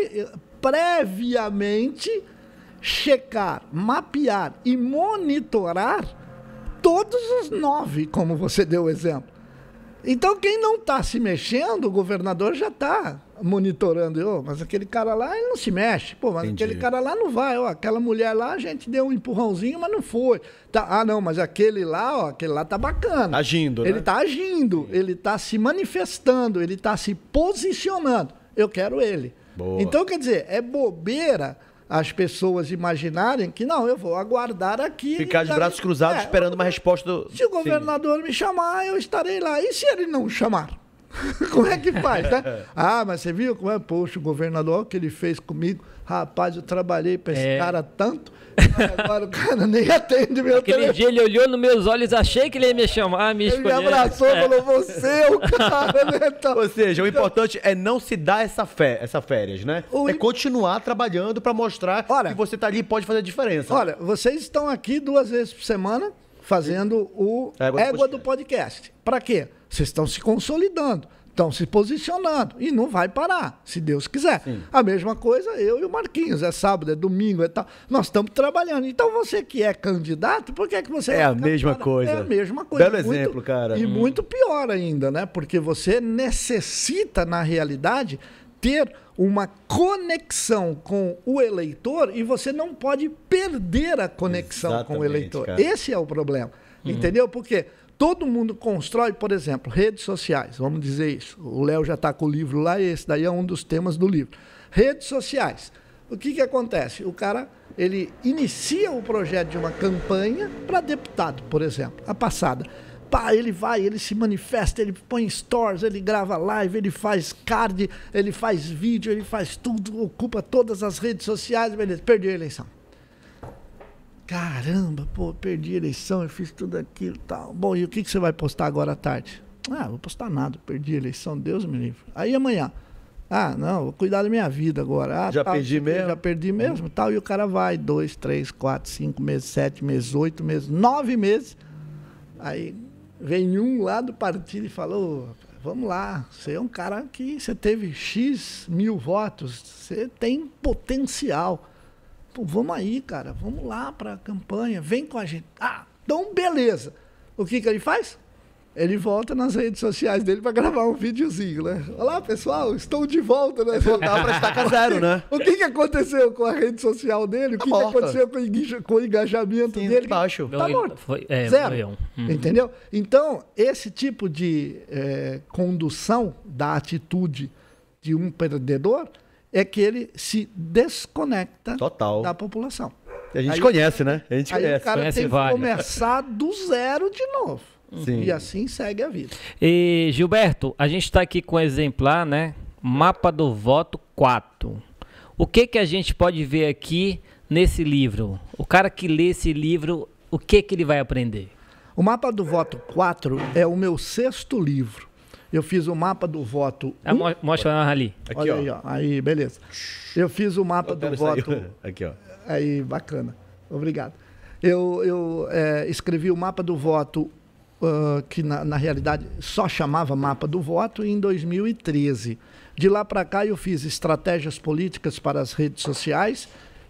previamente checar, mapear e monitorar todos os 9, como você deu o exemplo. Então, quem não está se mexendo, o governador já está monitorando. Mas aquele cara lá, ele não se mexe. Pô, mas aquele cara lá não vai. Aquela mulher lá, a gente deu um empurrãozinho, mas não foi. Não, mas aquele lá tá bacana.
Agindo, né?
Ele está agindo, ele está se manifestando, ele está se posicionando. Eu quero ele.
Boa.
Então, quer dizer, é bobeira as pessoas imaginarem que, não, eu vou aguardar aqui.
Ficar de braços cruzados esperando uma resposta do...
Se o governador me chamar, eu estarei lá. E se ele não chamar? Como é que faz, né? Mas você viu como é? Poxa, o governador, o que ele fez comigo. Rapaz, eu trabalhei para esse cara tanto. Agora o cara nem atende meu
telefone. Aquele dia ele olhou nos meus olhos, achei que ele ia me chamar, me escolher.
Ele me abraçou e falou, você é o cara, né? Então,
ou seja, o importante é não se dar essa férias, né? Continuar trabalhando para mostrar que você tá ali e pode fazer a diferença.
Olha, vocês estão aqui 2 vezes por semana fazendo o Égua do Podcast. Para quê? Vocês estão se consolidando, estão se posicionando e não vai parar, se Deus quiser. Sim. A mesma coisa eu e o Marquinhos, é sábado, é domingo, é tal. Nós estamos trabalhando. Então você que é candidato, por que você
é a mesma coisa?
É a mesma coisa.
Belo exemplo, cara.
E muito pior ainda, né? Porque você necessita, na realidade, ter uma conexão com o eleitor e você não pode perder a conexão com o eleitor. Cara. Esse é o problema. Entendeu? Porque todo mundo constrói, por exemplo, redes sociais, vamos dizer isso. O Léo já está com o livro lá e esse daí é um dos temas do livro. Redes sociais. O que acontece? O cara, ele inicia o projeto de uma campanha para deputado, por exemplo, a passada. Ele vai, ele se manifesta, ele põe stories, ele grava live, ele faz card, ele faz vídeo, ele faz tudo, ocupa todas as redes sociais, beleza, perdeu a eleição. Caramba, perdi a eleição, eu fiz tudo aquilo e tal. Bom, e o que você vai postar agora à tarde? Vou postar nada, perdi a eleição, Deus me livre. Aí amanhã, não, vou cuidar da minha vida agora.
Já perdi mesmo?
Já perdi mesmo, tal. E o cara vai, 2, 3, 4, 5 meses, 7 meses, 8 meses, 9 meses. Aí vem um lá do partido e falou, vamos lá, você é um cara que você teve X mil votos, você tem potencial. Vamos aí, cara, vamos lá para a campanha, vem com a gente. Então beleza. O que ele faz? Ele volta nas redes sociais dele para gravar um videozinho, né? Olá, pessoal, estou de volta, né?
Voltar para estaca zero, né?
O que aconteceu com a rede social dele? O que aconteceu com o engajamento dele?
Baixo.
Tá morto. Zero. Entendeu? Então, esse tipo de condução da atitude de um perdedor é que ele se desconecta da população.
A gente conhece, né? A gente conhece.
O cara
conhece
tem que começar do zero de novo.
Sim.
E assim segue a vida.
E, Gilberto, a gente está aqui com um exemplar, né? Mapa do Voto 4. O que a gente pode ver aqui nesse livro? O cara que lê esse livro, o que ele vai aprender?
O Mapa do Voto 4 é o meu 6º livro. Eu fiz o Mapa do Voto 1.
Mostra ali.
Aqui, olha aí, ó. Aí, beleza. Eu fiz o Mapa do Voto...
Aqui, ó.
Aí, bacana. Obrigado. Eu escrevi o Mapa do Voto que na realidade só chamava Mapa do Voto em 2013. De lá para cá eu fiz estratégias políticas para as redes sociais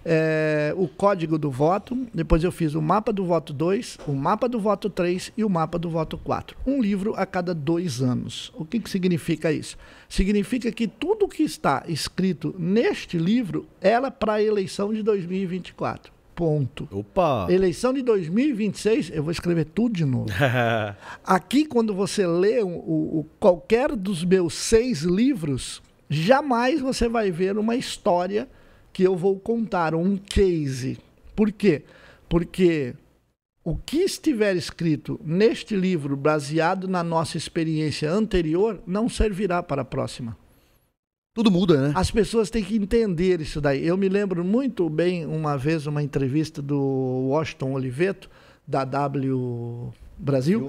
o código do voto, depois eu fiz o mapa do voto 2, o mapa do voto 3 e o mapa do voto 4. Um livro a cada 2 anos. O que significa isso? Significa que tudo que está escrito neste livro era para a eleição de 2024. Ponto.
Opa!
Eleição de 2026, eu vou escrever tudo de novo. Aqui, quando você lê qualquer dos meus 6 livros, jamais você vai ver uma história que eu vou contar, um case. Por quê? Porque o que estiver escrito neste livro, baseado na nossa experiência anterior, não servirá para a próxima.
Tudo muda, né?
As pessoas têm que entender isso daí. Eu me lembro muito bem, uma vez, uma entrevista do Washington Oliveto, da W Brasil.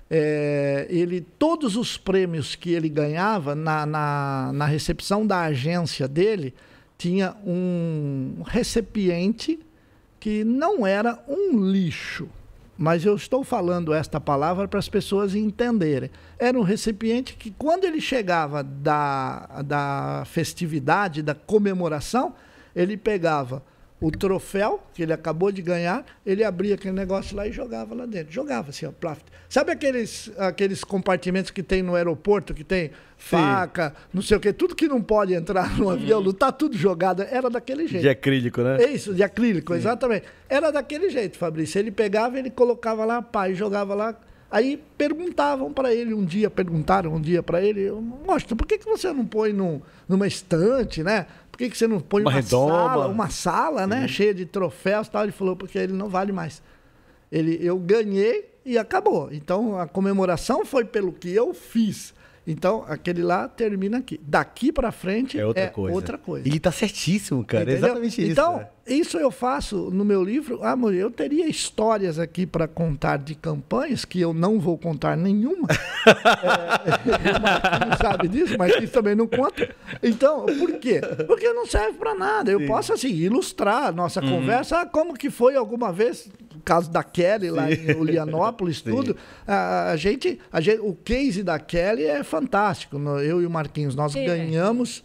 Todos os prêmios que ele ganhava na recepção da agência dele, tinha um recipiente que não era um lixo, mas eu estou falando esta palavra para as pessoas entenderem. Era um recipiente que, quando ele chegava da festividade, da comemoração, ele pegava o troféu que ele acabou de ganhar, ele abria aquele negócio lá e jogava lá dentro. Jogava assim, ó, plaf. Sabe aqueles compartimentos que tem no aeroporto, que tem faca, não sei o quê, tudo que não pode entrar no avião, tá tudo jogado. Era daquele jeito.
De acrílico, né?
É isso, de acrílico, exatamente. Era daquele jeito, Fabrício. Ele pegava, ele colocava lá, pá, e jogava lá. Aí perguntavam para ele perguntaram um dia para ele, mostra, por que você não põe numa estante, né? Por que você não põe uma sala, né? Cheia de troféus e tal? Ele falou, porque ele não vale mais. Eu ganhei e acabou. Então, a comemoração foi pelo que eu fiz. Então, aquele lá termina aqui. Daqui para frente é outra coisa.
Ele tá certíssimo, cara.
Entendeu?
Exatamente isso.
Então, isso eu faço no meu livro. Eu teria histórias aqui para contar de campanhas, que eu não vou contar nenhuma. Não sabe disso, mas isso também não conta. Então, por quê? Porque não serve para nada. Eu posso, assim, ilustrar a nossa conversa. Como que foi alguma vez, o caso da Kelly, lá em Ulianópolis, tudo. O case da Kelly é fantástico. Eu e o Marquinhos, nós ganhamos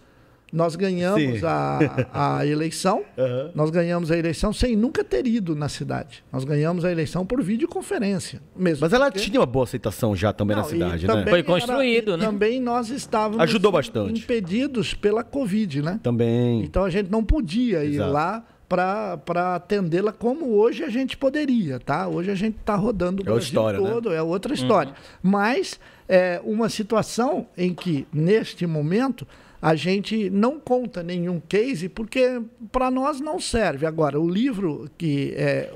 a eleição. Nós ganhamos a eleição sem nunca ter ido na cidade. Nós ganhamos a eleição por videoconferência mesmo.
Mas ela tinha uma boa aceitação já também na cidade, né?
Foi construído, né?
Também nós estávamos
ajudou bastante.
Impedidos pela Covid, né?
Também.
Então a gente não podia ir lá para atendê-la como hoje a gente poderia, tá? Hoje a gente está rodando o Brasil todo, né? É outra história. Mas é uma situação em que, neste momento, a gente não conta nenhum case, porque para nós não serve. Agora, o livro que é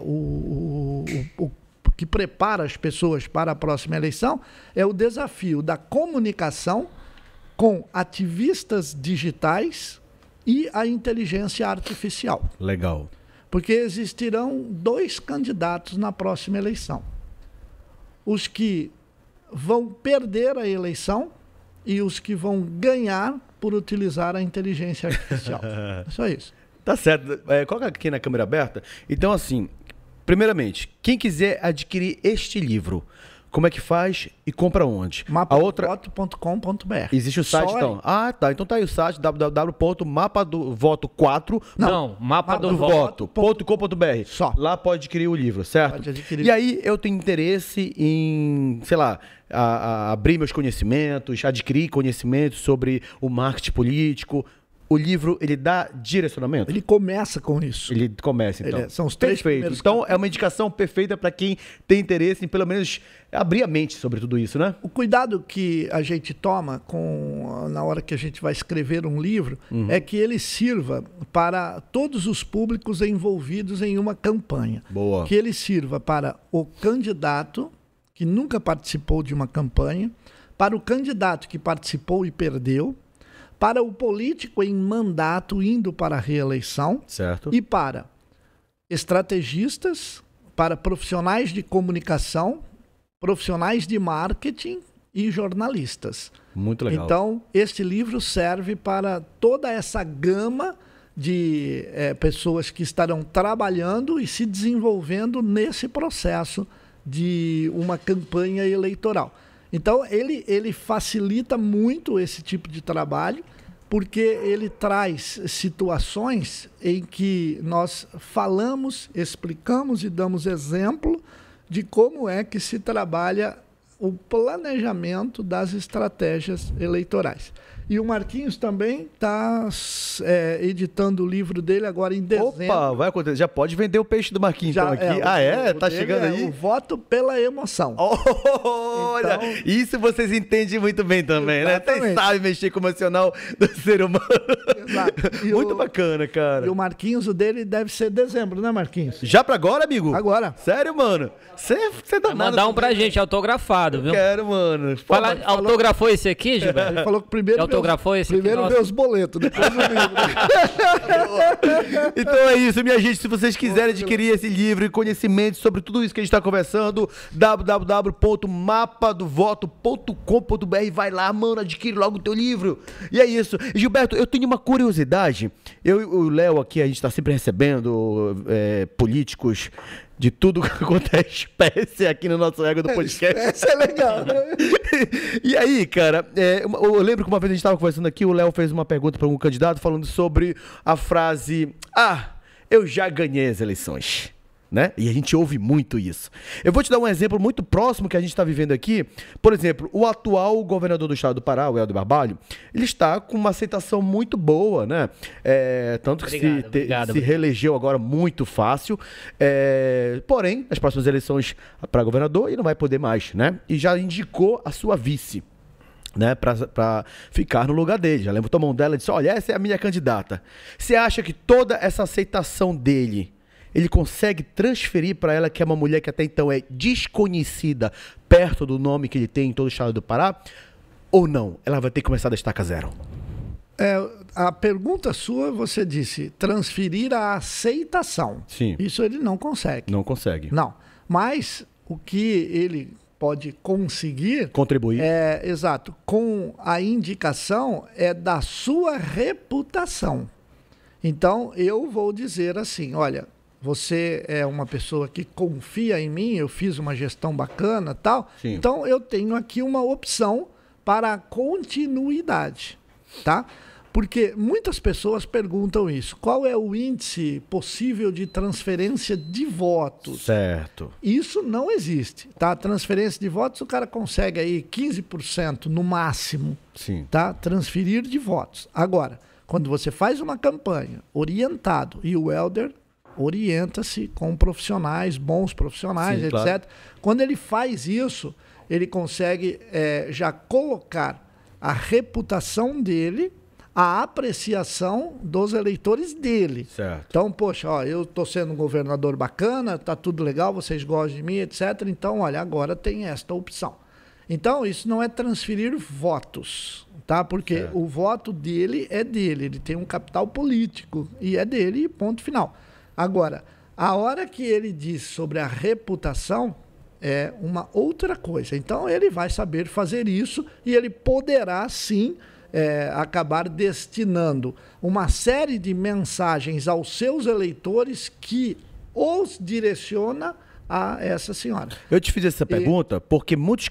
que prepara as pessoas para a próxima eleição é o desafio da comunicação com ativistas digitais e a inteligência artificial.
Legal.
Porque existirão 2 candidatos na próxima eleição. Os que vão perder a eleição e os que vão ganhar por utilizar a inteligência artificial. Só isso.
Tá certo. Coloca aqui na câmera aberta. Então, assim, primeiramente, quem quiser adquirir este livro, como é que faz e compra onde?
mapadovoto.com.br.
Existe o site, então? Ah, tá. Então tá aí o site www.mapadovoto4.
Não,
mapadovoto.com.br.
Só.
Lá pode adquirir o livro, certo?
Pode adquirir.
E aí eu tenho interesse em, sei lá, abrir meus conhecimentos, adquirir conhecimentos sobre o marketing político. O livro, ele dá direcionamento?
Ele começa com isso.
Ele começa, então.
São os 3 primeiros.
Então, é uma indicação perfeita para quem tem interesse em, pelo menos, abrir a mente sobre tudo isso, né?
O cuidado que a gente toma na hora que a gente vai escrever um livro é que ele sirva para todos os públicos envolvidos em uma campanha.
Boa.
Que ele sirva para o candidato que nunca participou de uma campanha, para o candidato que participou e perdeu, para o político em mandato indo para a reeleição,
certo,
e para estrategistas, para profissionais de comunicação, profissionais de marketing e jornalistas.
Muito legal.
Então, este livro serve para toda essa gama de pessoas que estarão trabalhando e se desenvolvendo nesse processo de uma campanha eleitoral. Então, ele facilita muito esse tipo de trabalho. porque ele traz situações em que nós falamos, explicamos e damos exemplo de como é que se trabalha o planejamento das estratégias eleitorais. E o Marquinhos também está editando o livro dele agora em dezembro.
Opa, vai acontecer. Já pode vender o peixe do Marquinhos então aqui. Tá chegando aí?
O voto pela emoção.
Olha, então, isso vocês entendem muito bem também, exatamente, né? Vocês sabem mexer com o emocional do ser humano. Exato. Muito bacana, cara.
E o Marquinhos, o dele deve ser dezembro, né, Marquinhos?
Já pra agora, amigo?
Agora.
Sério, mano? Você danado.
Vai mandar um pra gente, autografado, viu?
Quero, mano.
Autografou esse aqui, Gilberto?
Ele falou que primeiro vê os boletos, depois o livro.
Então é isso, minha gente. Se vocês quiserem adquirir esse livro e conhecimento sobre tudo isso que a gente está conversando, www.mapadovoto.com.br. Vai lá, mano, adquire logo o teu livro. E é isso. Gilberto, eu tenho uma curiosidade. Eu e o Léo aqui, a gente está sempre recebendo políticos de tudo quanto é espécie aqui no nosso ego do podcast.
Isso é legal, né?
E aí, cara, eu lembro que uma vez a gente estava conversando aqui, o Léo fez uma pergunta para um candidato falando sobre a frase: eu já ganhei as eleições. Né? E a gente ouve muito isso. Eu vou te dar um exemplo muito próximo que a gente está vivendo aqui. Por exemplo, o atual governador do estado do Pará, o Helder Barbalho, ele está com uma aceitação muito boa, né? Tanto que se reelegeu agora muito fácil. Porém, nas próximas eleições para governador, ele não vai poder mais, né? E já indicou a sua vice, né, pra ficar no lugar dele. Já levantou a mão dela e disse: olha, essa é a minha candidata. Você acha que toda essa aceitação dele, ele consegue transferir para ela, que é uma mulher que até então é desconhecida, perto do nome que ele tem em todo o estado do Pará? Ou não? Ela vai ter que começar da estaca zero?
A pergunta sua, você disse, transferir a aceitação.
Sim.
Isso ele não consegue.
Não consegue.
Não. Mas o que ele pode conseguir...
Contribuir.
Exato. Com a indicação da sua reputação. Então, eu vou dizer assim, olha... Você é uma pessoa que confia em mim, eu fiz uma gestão bacana, tal. Sim. Então, eu tenho aqui uma opção para continuidade, tá? Porque muitas pessoas perguntam isso. Qual é o índice possível de transferência de votos?
Certo.
Isso não existe, tá? Transferência de votos, o cara consegue aí 15% no máximo.
Sim. Tá?
Transferir de votos. Agora, quando você faz uma campanha orientado, e o Helder orienta-se com profissionais, bons profissionais, sim, etc. Claro. Quando ele faz isso, ele consegue já colocar a reputação dele, a apreciação dos eleitores dele.
Certo.
Então, poxa, eu estou sendo um governador bacana, tá tudo legal, vocês gostam de mim, etc. Então, olha, agora tem esta opção. Então, isso não é transferir votos, tá? Porque o voto dele é dele, ele tem um capital político e é dele, ponto final. Agora, a hora que ele diz sobre a reputação é uma outra coisa. Então, ele vai saber fazer isso e ele poderá, sim, acabar destinando uma série de mensagens aos seus eleitores que os direciona a essa senhora.
Eu te fiz essa pergunta porque muitos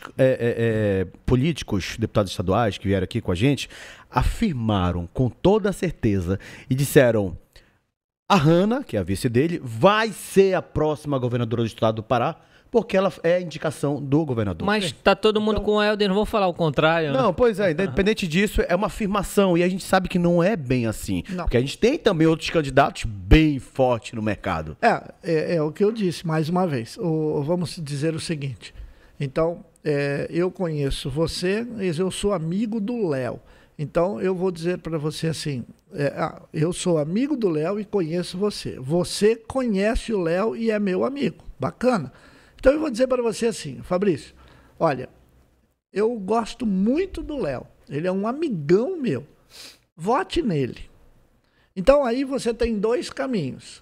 políticos, deputados estaduais que vieram aqui com a gente, afirmaram com toda a certeza e disseram: a Hanna, que é a vice dele, vai ser a próxima governadora do estado do Pará, porque ela é a indicação do governador.
Mas tá todo mundo com o Helder, não vou falar o contrário.
Não, pois é, independente disso, é uma afirmação, e a gente sabe que não é bem assim. Não. Porque a gente tem também outros candidatos bem fortes no mercado.
É o que eu disse, mais uma vez. Vamos dizer o seguinte. Então, eu conheço você, eu sou amigo do Léo. Então, eu vou dizer para você assim, eu sou amigo do Léo e conheço você. Você conhece o Léo e é meu amigo. Bacana. Então, eu vou dizer para você assim, Fabrício, olha, eu gosto muito do Léo. Ele é um amigão meu. Vote nele. Então, aí você tem dois caminhos.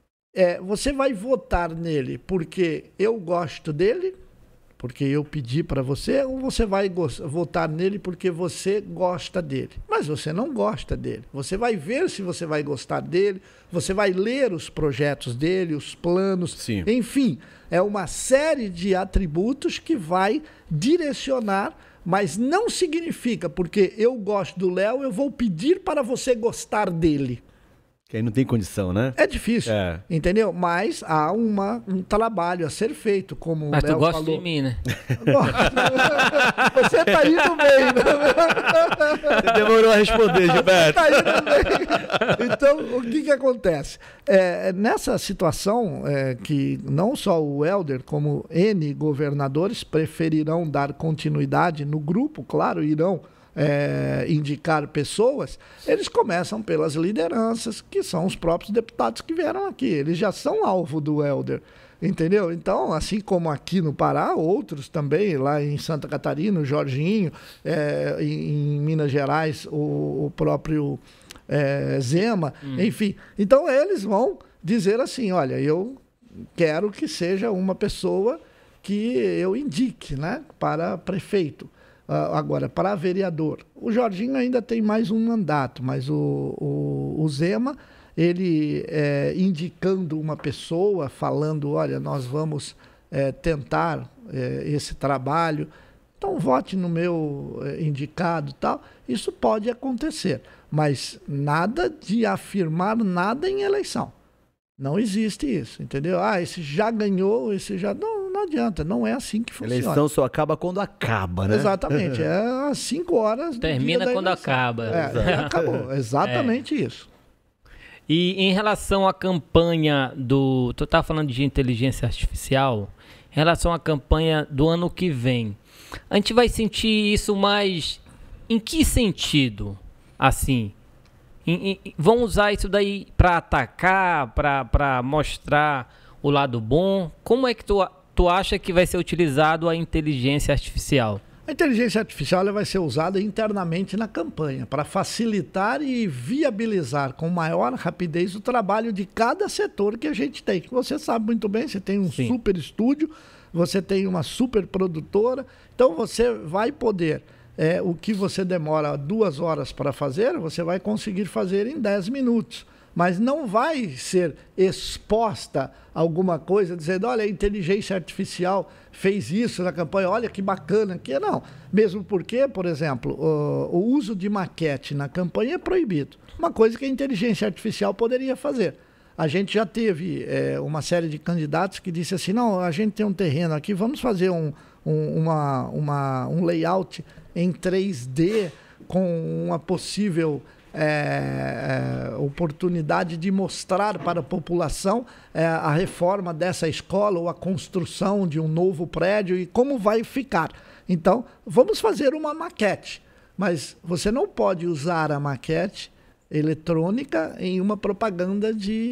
Você vai votar nele porque eu gosto dele, porque eu pedi para você, ou você vai votar nele porque você gosta dele. Mas você não gosta dele. Você vai ver se você vai gostar dele, você vai ler os projetos dele, os planos,
sim,
enfim, é uma série de atributos que vai direcionar Mas não significa, porque eu gosto do Léo, eu vou pedir para você gostar dele.
Que aí não tem condição, né?
É difícil, entendeu? Mas há um trabalho a ser feito, como
Mas
o Léo
tu gosta
falou.
de mim, né?
Você tá indo bem, né?
Você demorou a responder, Gilberto.
Tá indo bem. Então, o que acontece? Nessa situação, que não só o Helder, como N governadores preferirão dar continuidade no grupo, claro, irão indicar pessoas, eles começam pelas lideranças, que são os próprios deputados que vieram aqui. Eles já são alvo do Helder, entendeu? Então, assim como aqui no Pará, outros também, lá em Santa Catarina, o Jorginho, em Minas Gerais, o próprio Zema, enfim. Então, eles vão dizer assim, olha, eu quero que seja uma pessoa que eu indique, né, para prefeito. Agora, para vereador, o Jorginho ainda tem mais um mandato, mas o Zema, ele indicando uma pessoa, falando, olha, nós vamos tentar esse trabalho, então vote no meu indicado e tal, isso pode acontecer, mas nada de afirmar nada em eleição. Não existe isso, entendeu? Esse já ganhou, esse já... Não adianta, não é assim que funciona.
Eleição só acaba quando acaba, né?
Exatamente, às 5 horas...
Termina quando acaba.
Acabou, exatamente isso.
E em relação à campanha do... Tu tá falando de inteligência artificial, em relação à campanha do ano que vem, a gente vai sentir isso mais... Em que sentido, assim? Vão usar isso daí para atacar, para mostrar o lado bom? Como é que tu acha que vai ser utilizado a inteligência artificial?
A inteligência artificial ela vai ser usada internamente na campanha para facilitar e viabilizar com maior rapidez o trabalho de cada setor que a gente tem. Você sabe muito bem, você tem um super estúdio, você tem uma super produtora, então você vai poder... o que você demora 2 horas para fazer, você vai conseguir fazer em 10 minutos. Mas não vai ser exposta alguma coisa dizendo, olha, a inteligência artificial fez isso na campanha, olha que bacana. Que não. Mesmo porque, por exemplo, o uso de maquete na campanha é proibido. Uma coisa que a inteligência artificial poderia fazer. A gente já teve uma série de candidatos que disse assim, não, a gente tem um terreno aqui, vamos fazer um layout em 3D com uma possível oportunidade de mostrar para a população a reforma dessa escola ou a construção de um novo prédio e como vai ficar. Então, vamos fazer uma maquete, mas você não pode usar a maquete eletrônica em uma propaganda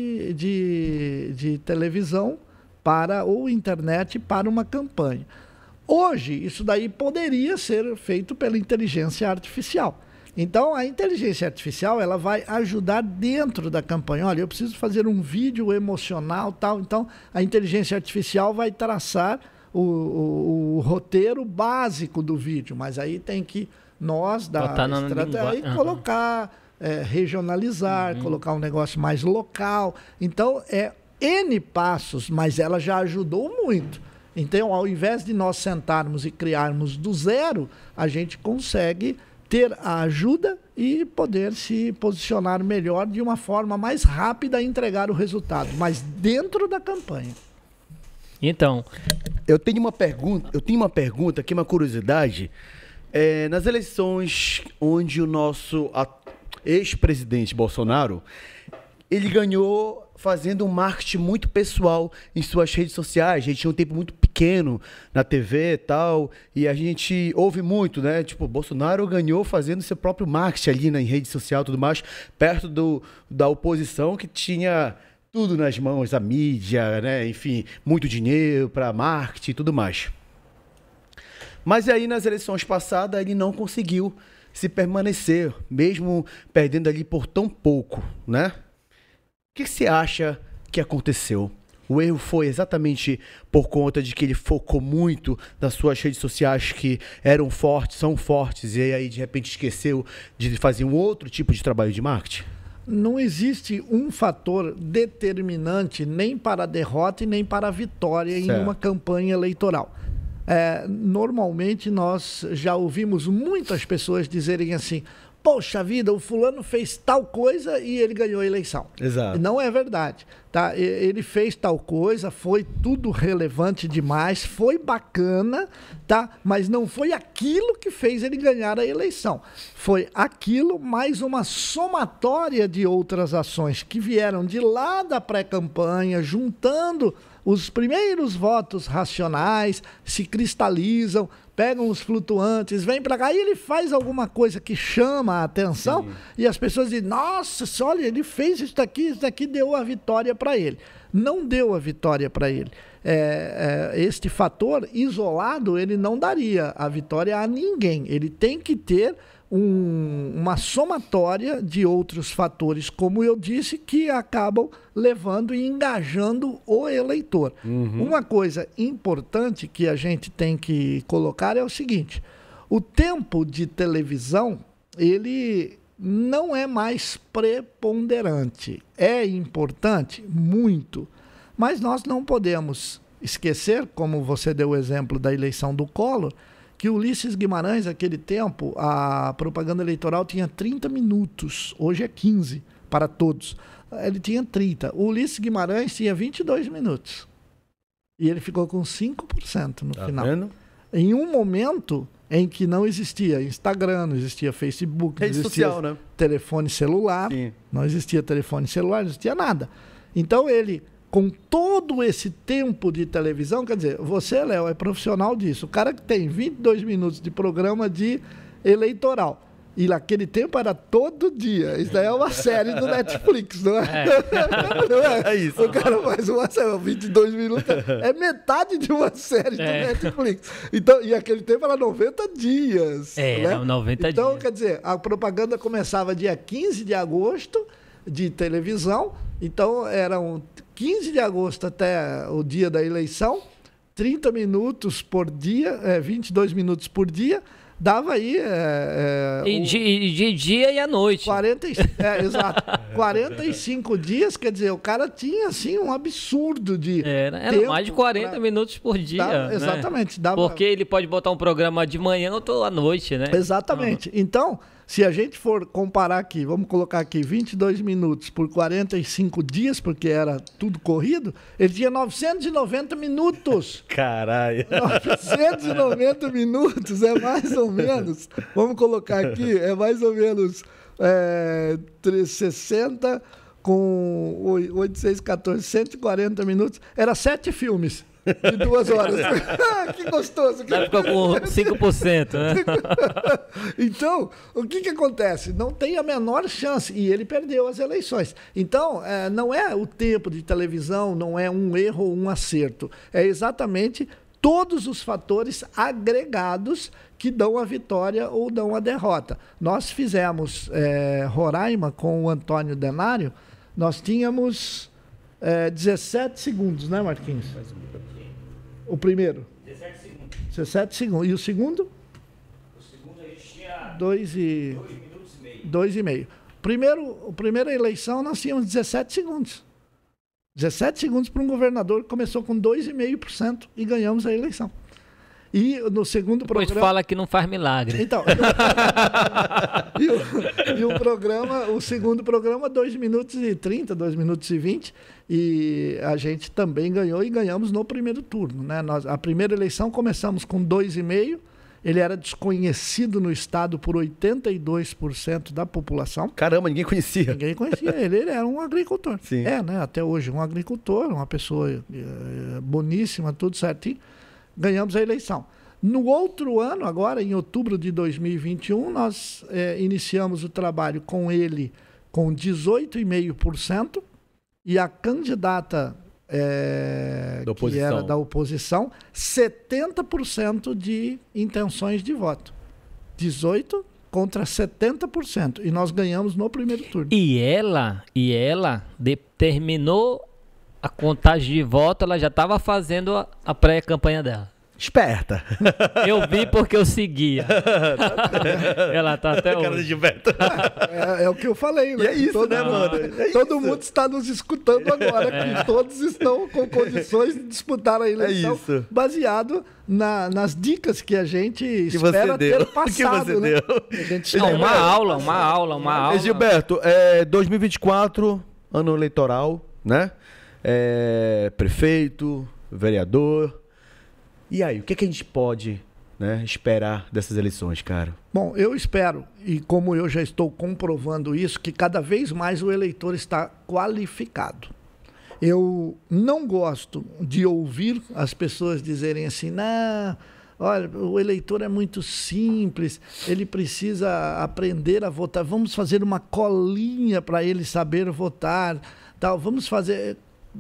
de televisão ou internet para uma campanha. Hoje, isso daí poderia ser feito pela inteligência artificial. Então, a inteligência artificial ela vai ajudar dentro da campanha. Olha, eu preciso fazer um vídeo emocional, tal. Então, a inteligência artificial vai traçar o roteiro básico do vídeo. Mas aí tem que nós, da estratégia, colocar, regionalizar, colocar um negócio mais local. Então, N passos, mas ela já ajudou muito. Então, ao invés de nós sentarmos e criarmos do zero, a gente consegue ter a ajuda e poder se posicionar melhor de uma forma mais rápida a entregar o resultado, mas dentro da campanha.
Então,
eu tenho uma pergunta aqui, uma curiosidade. Nas eleições onde o nosso ex-presidente Bolsonaro, ele ganhou fazendo um marketing muito pessoal em suas redes sociais. A gente tinha um tempo muito pequeno na TV e tal, e a gente ouve muito, né? Tipo, Bolsonaro ganhou fazendo seu próprio marketing ali na rede social e tudo mais, perto da oposição que tinha tudo nas mãos, a mídia, né? Enfim, muito dinheiro para marketing e tudo mais. Mas aí nas eleições passadas ele não conseguiu se permanecer, mesmo perdendo ali por tão pouco, né? O que você acha que aconteceu? O erro foi exatamente por conta de que ele focou muito nas suas redes sociais que eram fortes, são fortes, e aí de repente esqueceu de fazer um outro tipo de trabalho de marketing?
Não existe um fator determinante nem para a derrota e nem para a vitória em uma campanha eleitoral. normalmente nós já ouvimos muitas pessoas dizerem assim: poxa vida, o fulano fez tal coisa e ele ganhou a eleição.
Exato.
Não é verdade, tá? Ele fez tal coisa, foi tudo relevante demais, foi bacana, tá? Mas não foi aquilo que fez ele ganhar a eleição. Foi aquilo mais uma somatória de outras ações que vieram de lá da pré-campanha, juntando os primeiros votos racionais, se cristalizam, pegam os flutuantes, vêm para cá e ele faz alguma coisa que chama a atenção. Sim. E as pessoas dizem: nossa, olha, ele fez isso daqui deu a vitória para ele. Não deu a vitória para ele. Este fator isolado, ele não daria a vitória a ninguém. Ele tem que ter uma somatória de outros fatores, como eu disse, que acabam levando e engajando o eleitor. Uma coisa importante que a gente tem que colocar é o seguinte: o tempo de televisão, ele não é mais preponderante. É importante? Muito. Mas nós não podemos esquecer, como você deu o exemplo da eleição do Collor, que Ulisses Guimarães, naquele tempo, a propaganda eleitoral tinha 30 minutos. Hoje é 15 para todos. Ele tinha 30. O Ulisses Guimarães tinha 22 minutos. E ele ficou com 5% no final. Vendo? Em um momento em que não existia Instagram, não existia Facebook, não existia social, né? Telefone celular. Sim. Não existia telefone celular, não existia nada. Então ele, com todo esse tempo de televisão, quer dizer, você, Léo, é profissional disso. O cara que tem 22 minutos de programa de eleitoral. E naquele tempo era todo dia. Isso daí é uma série do Netflix, não é? Não é? É isso. O cara faz uma série, 22 minutos. É metade de uma série do Netflix. Então, e aquele tempo era 90 dias.
Né? 90 dias.
Então, quer dizer, a propaganda começava dia 15 de agosto, de televisão. Então, eram 15 de agosto até o dia da eleição, 30 minutos por dia, 22 minutos por dia. Dava aí...
de dia e à noite.
Exato. 45 dias, quer dizer, o cara tinha, assim, um absurdo de
Era mais de 40 minutos por dia.
Exatamente.
Né? Porque ele pode botar um programa de manhã ou à noite, né?
Exatamente. Então, se a gente for comparar aqui, vamos colocar aqui 22 minutos por 45 dias, porque era tudo corrido, ele tinha 990 minutos.
Caralho.
990 minutos, é mais ou menos. Vamos colocar aqui, é mais ou menos 360 com 8, 6, 14, 140 minutos. Era 7 filmes. De 2 horas. Que gostoso.
Ficou com 5%, né?
Então, o que acontece? Não tem a menor chance. E ele perdeu as eleições. Então, não é o tempo de televisão, não é um erro ou um acerto. É exatamente todos os fatores agregados que dão a vitória ou dão a derrota. Nós fizemos Roraima com o Antônio Denário. Nós tínhamos 17 segundos, né, Marquinhos? O primeiro?
17 segundos.
17 segundos. E o segundo?
O segundo a gente tinha
2
minutos e meio.
2,5. A primeira eleição nós tínhamos 17 segundos. 17 segundos para um governador que começou com 2,5% e ganhamos a eleição. E no segundo programa...
Pois fala que não faz milagre.
Então, o segundo programa, 2 minutos e 30, 2 minutos e 20, e a gente também ganhou e ganhamos no primeiro turno. Né? A primeira eleição começamos com 2,5%, ele era desconhecido no estado por 82% da população.
Caramba, ninguém conhecia.
Ninguém conhecia ele era um agricultor.
Sim.
Né? Até hoje, um agricultor, uma pessoa boníssima, tudo certinho. Ganhamos a eleição. No outro ano, agora, em outubro de 2021, nós iniciamos o trabalho com ele com 18,5% e a candidata que era da oposição, 70% de intenções de voto. 18% contra 70%. E nós ganhamos no primeiro turno.
E ela determinou a contagem de voto, ela já estava fazendo a pré-campanha dela.
esperta.
Eu vi porque eu seguia. Ela tá até
Cara do
hoje.
Gilberto.
É o que eu falei, né?
E é isso,
Todo
né,
mundo-
mano? É
Todo
isso.
mundo está nos escutando agora, que todos estão com condições de disputar a eleição
isso.
baseado nas dicas que a gente
Que você
espera
deu.
ter passado,
Que você
né?
deu.
A gente
Não,
espera-
uma aula.
E Gilberto, 2024, ano eleitoral, né? Prefeito, vereador. E aí, o que a gente pode, né, esperar dessas eleições, cara?
Bom, eu espero, e como eu já estou comprovando isso, que cada vez mais o eleitor está qualificado. Eu não gosto de ouvir as pessoas dizerem assim, não, olha, o eleitor é muito simples, ele precisa aprender a votar, vamos fazer uma colinha para ele saber votar, tal, vamos fazer...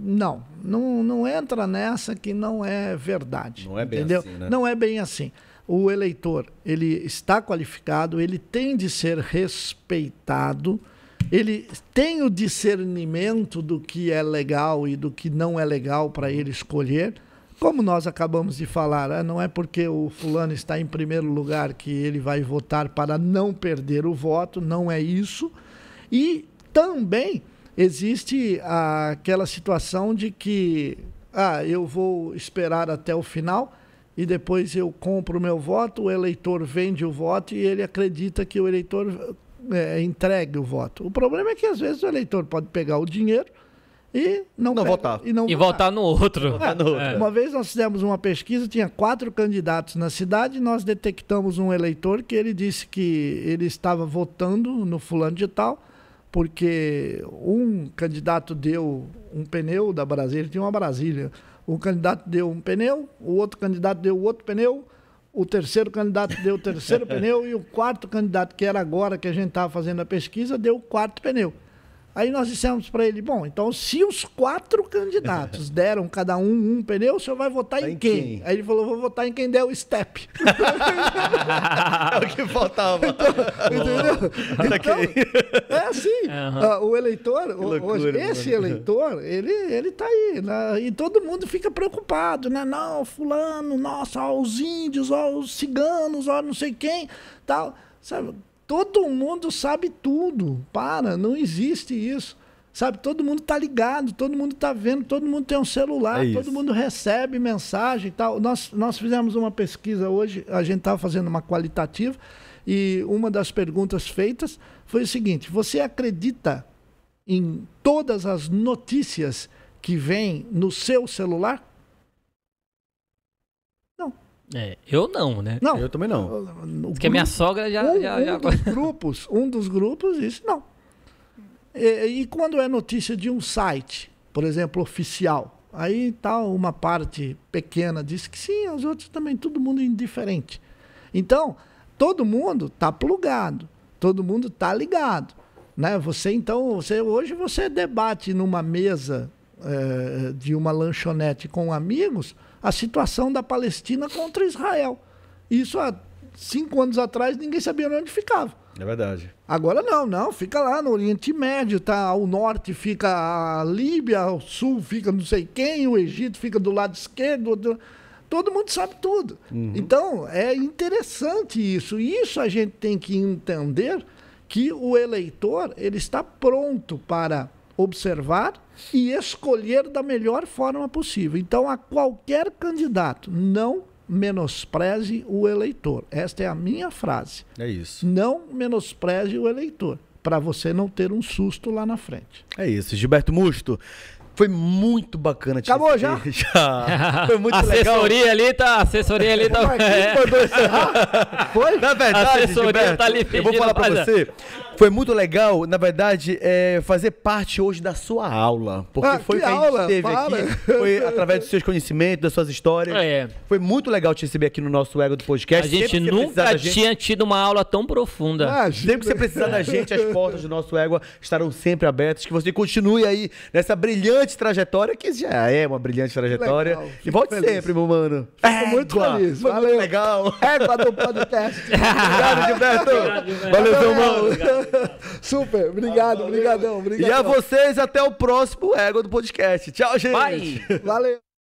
Não entra nessa que não é verdade.
Não é bem
entendeu?
assim, né?
Não é bem assim. O eleitor, ele está qualificado, ele tem de ser respeitado, ele tem o discernimento do que é legal e do que não é legal para ele escolher. Como nós acabamos de falar, não é porque o fulano está em primeiro lugar que ele vai votar para não perder o voto, não é isso. E também existe aquela situação de que eu vou esperar até o final e depois eu compro o meu voto, o eleitor vende o voto e ele acredita que o eleitor entregue o voto. O problema é que às vezes o eleitor pode pegar o dinheiro e não
votar.
E votar no outro.
Uma vez nós fizemos uma pesquisa, tinha 4 candidatos na cidade, e nós detectamos um eleitor que ele disse que ele estava votando no fulano de tal, porque um candidato deu um pneu da Brasília, tinha uma Brasília, um candidato deu um pneu, o outro candidato deu outro pneu, o terceiro candidato deu o terceiro pneu e o quarto candidato, que era agora que a gente estava fazendo a pesquisa, deu o quarto pneu. Aí nós dissemos para ele, bom, então se os 4 candidatos deram cada um pneu, o senhor vai votar em quem? Aí ele falou, vou votar em quem der o step.
É o que faltava.
Entendeu? Então, é assim, o eleitor,
loucura,
hoje, esse
mano.
eleitor, ele tá aí, né? E todo mundo fica preocupado, né? Não, fulano, nossa, ó, os índios, ó, os ciganos, ó, não sei quem, tal, sabe? Todo mundo sabe tudo. Não existe isso. Sabe, todo mundo está ligado, todo mundo está vendo, todo mundo tem um celular, todo mundo recebe mensagem e tal. Nós fizemos uma pesquisa hoje, a gente estava fazendo uma qualitativa, e uma das perguntas feitas foi o seguinte: você acredita em todas as notícias que vêm no seu celular?
Eu não, né?
Não.
Eu também não.
Porque minha sogra já...
Um dos grupos disse não. E quando é notícia de um site, por exemplo, oficial, aí tá uma parte pequena diz que sim, os outros também, todo mundo indiferente. Então, todo mundo tá plugado, todo mundo tá ligado, né? Hoje você debate numa mesa de uma lanchonete com amigos a situação da Palestina contra Israel. Isso há 5 anos atrás ninguém sabia onde ficava.
É verdade.
Agora não, fica lá no Oriente Médio, tá? Ao norte fica a Líbia, ao sul fica não sei quem, o Egito fica do lado esquerdo, todo mundo sabe tudo. Então, é interessante isso. E isso a gente tem que entender que o eleitor, ele está pronto para observar e escolher da melhor forma possível. Então, a qualquer candidato, não menospreze o eleitor. Esta é a minha frase.
É isso.
Não menospreze o eleitor, para você não ter um susto lá na frente.
É isso. Gilberto Musto, foi muito bacana te
Acabou
receber. Já? Foi muito legal.
Assessoria ali tá...
O Marquinhos mandou encerrar? Foi?
Na verdade,
assessoria
Gilberto,
tá ali
eu vou
pedindo
falar pra
pra-
você, foi muito legal, na verdade, fazer parte hoje da sua aula. Porque foi o que a gente
aula?
teve
Para.
aqui, foi através dos seus conhecimentos, das suas histórias. Foi muito legal te receber aqui no nosso Ego do Podcast.
A gente
Sempre que você precisar
nunca
da gente-
tinha tido uma aula tão profunda.
Sempre que você precisar da gente, as portas do nosso Égua estarão sempre abertas. Que você continue aí nessa brilhante trajetória, que já é uma brilhante trajetória.
Legal,
E
fico
volte
feliz.
sempre, meu mano.
Fico muito feliz.
Foi
Valeu.
muito legal.
Égua do podcast.
Obrigado, Gilberto. Valeu, seu mano.
Super, obrigadão.
E a vocês, até o próximo Égua do Podcast. Tchau, gente.
Vai!
Valeu.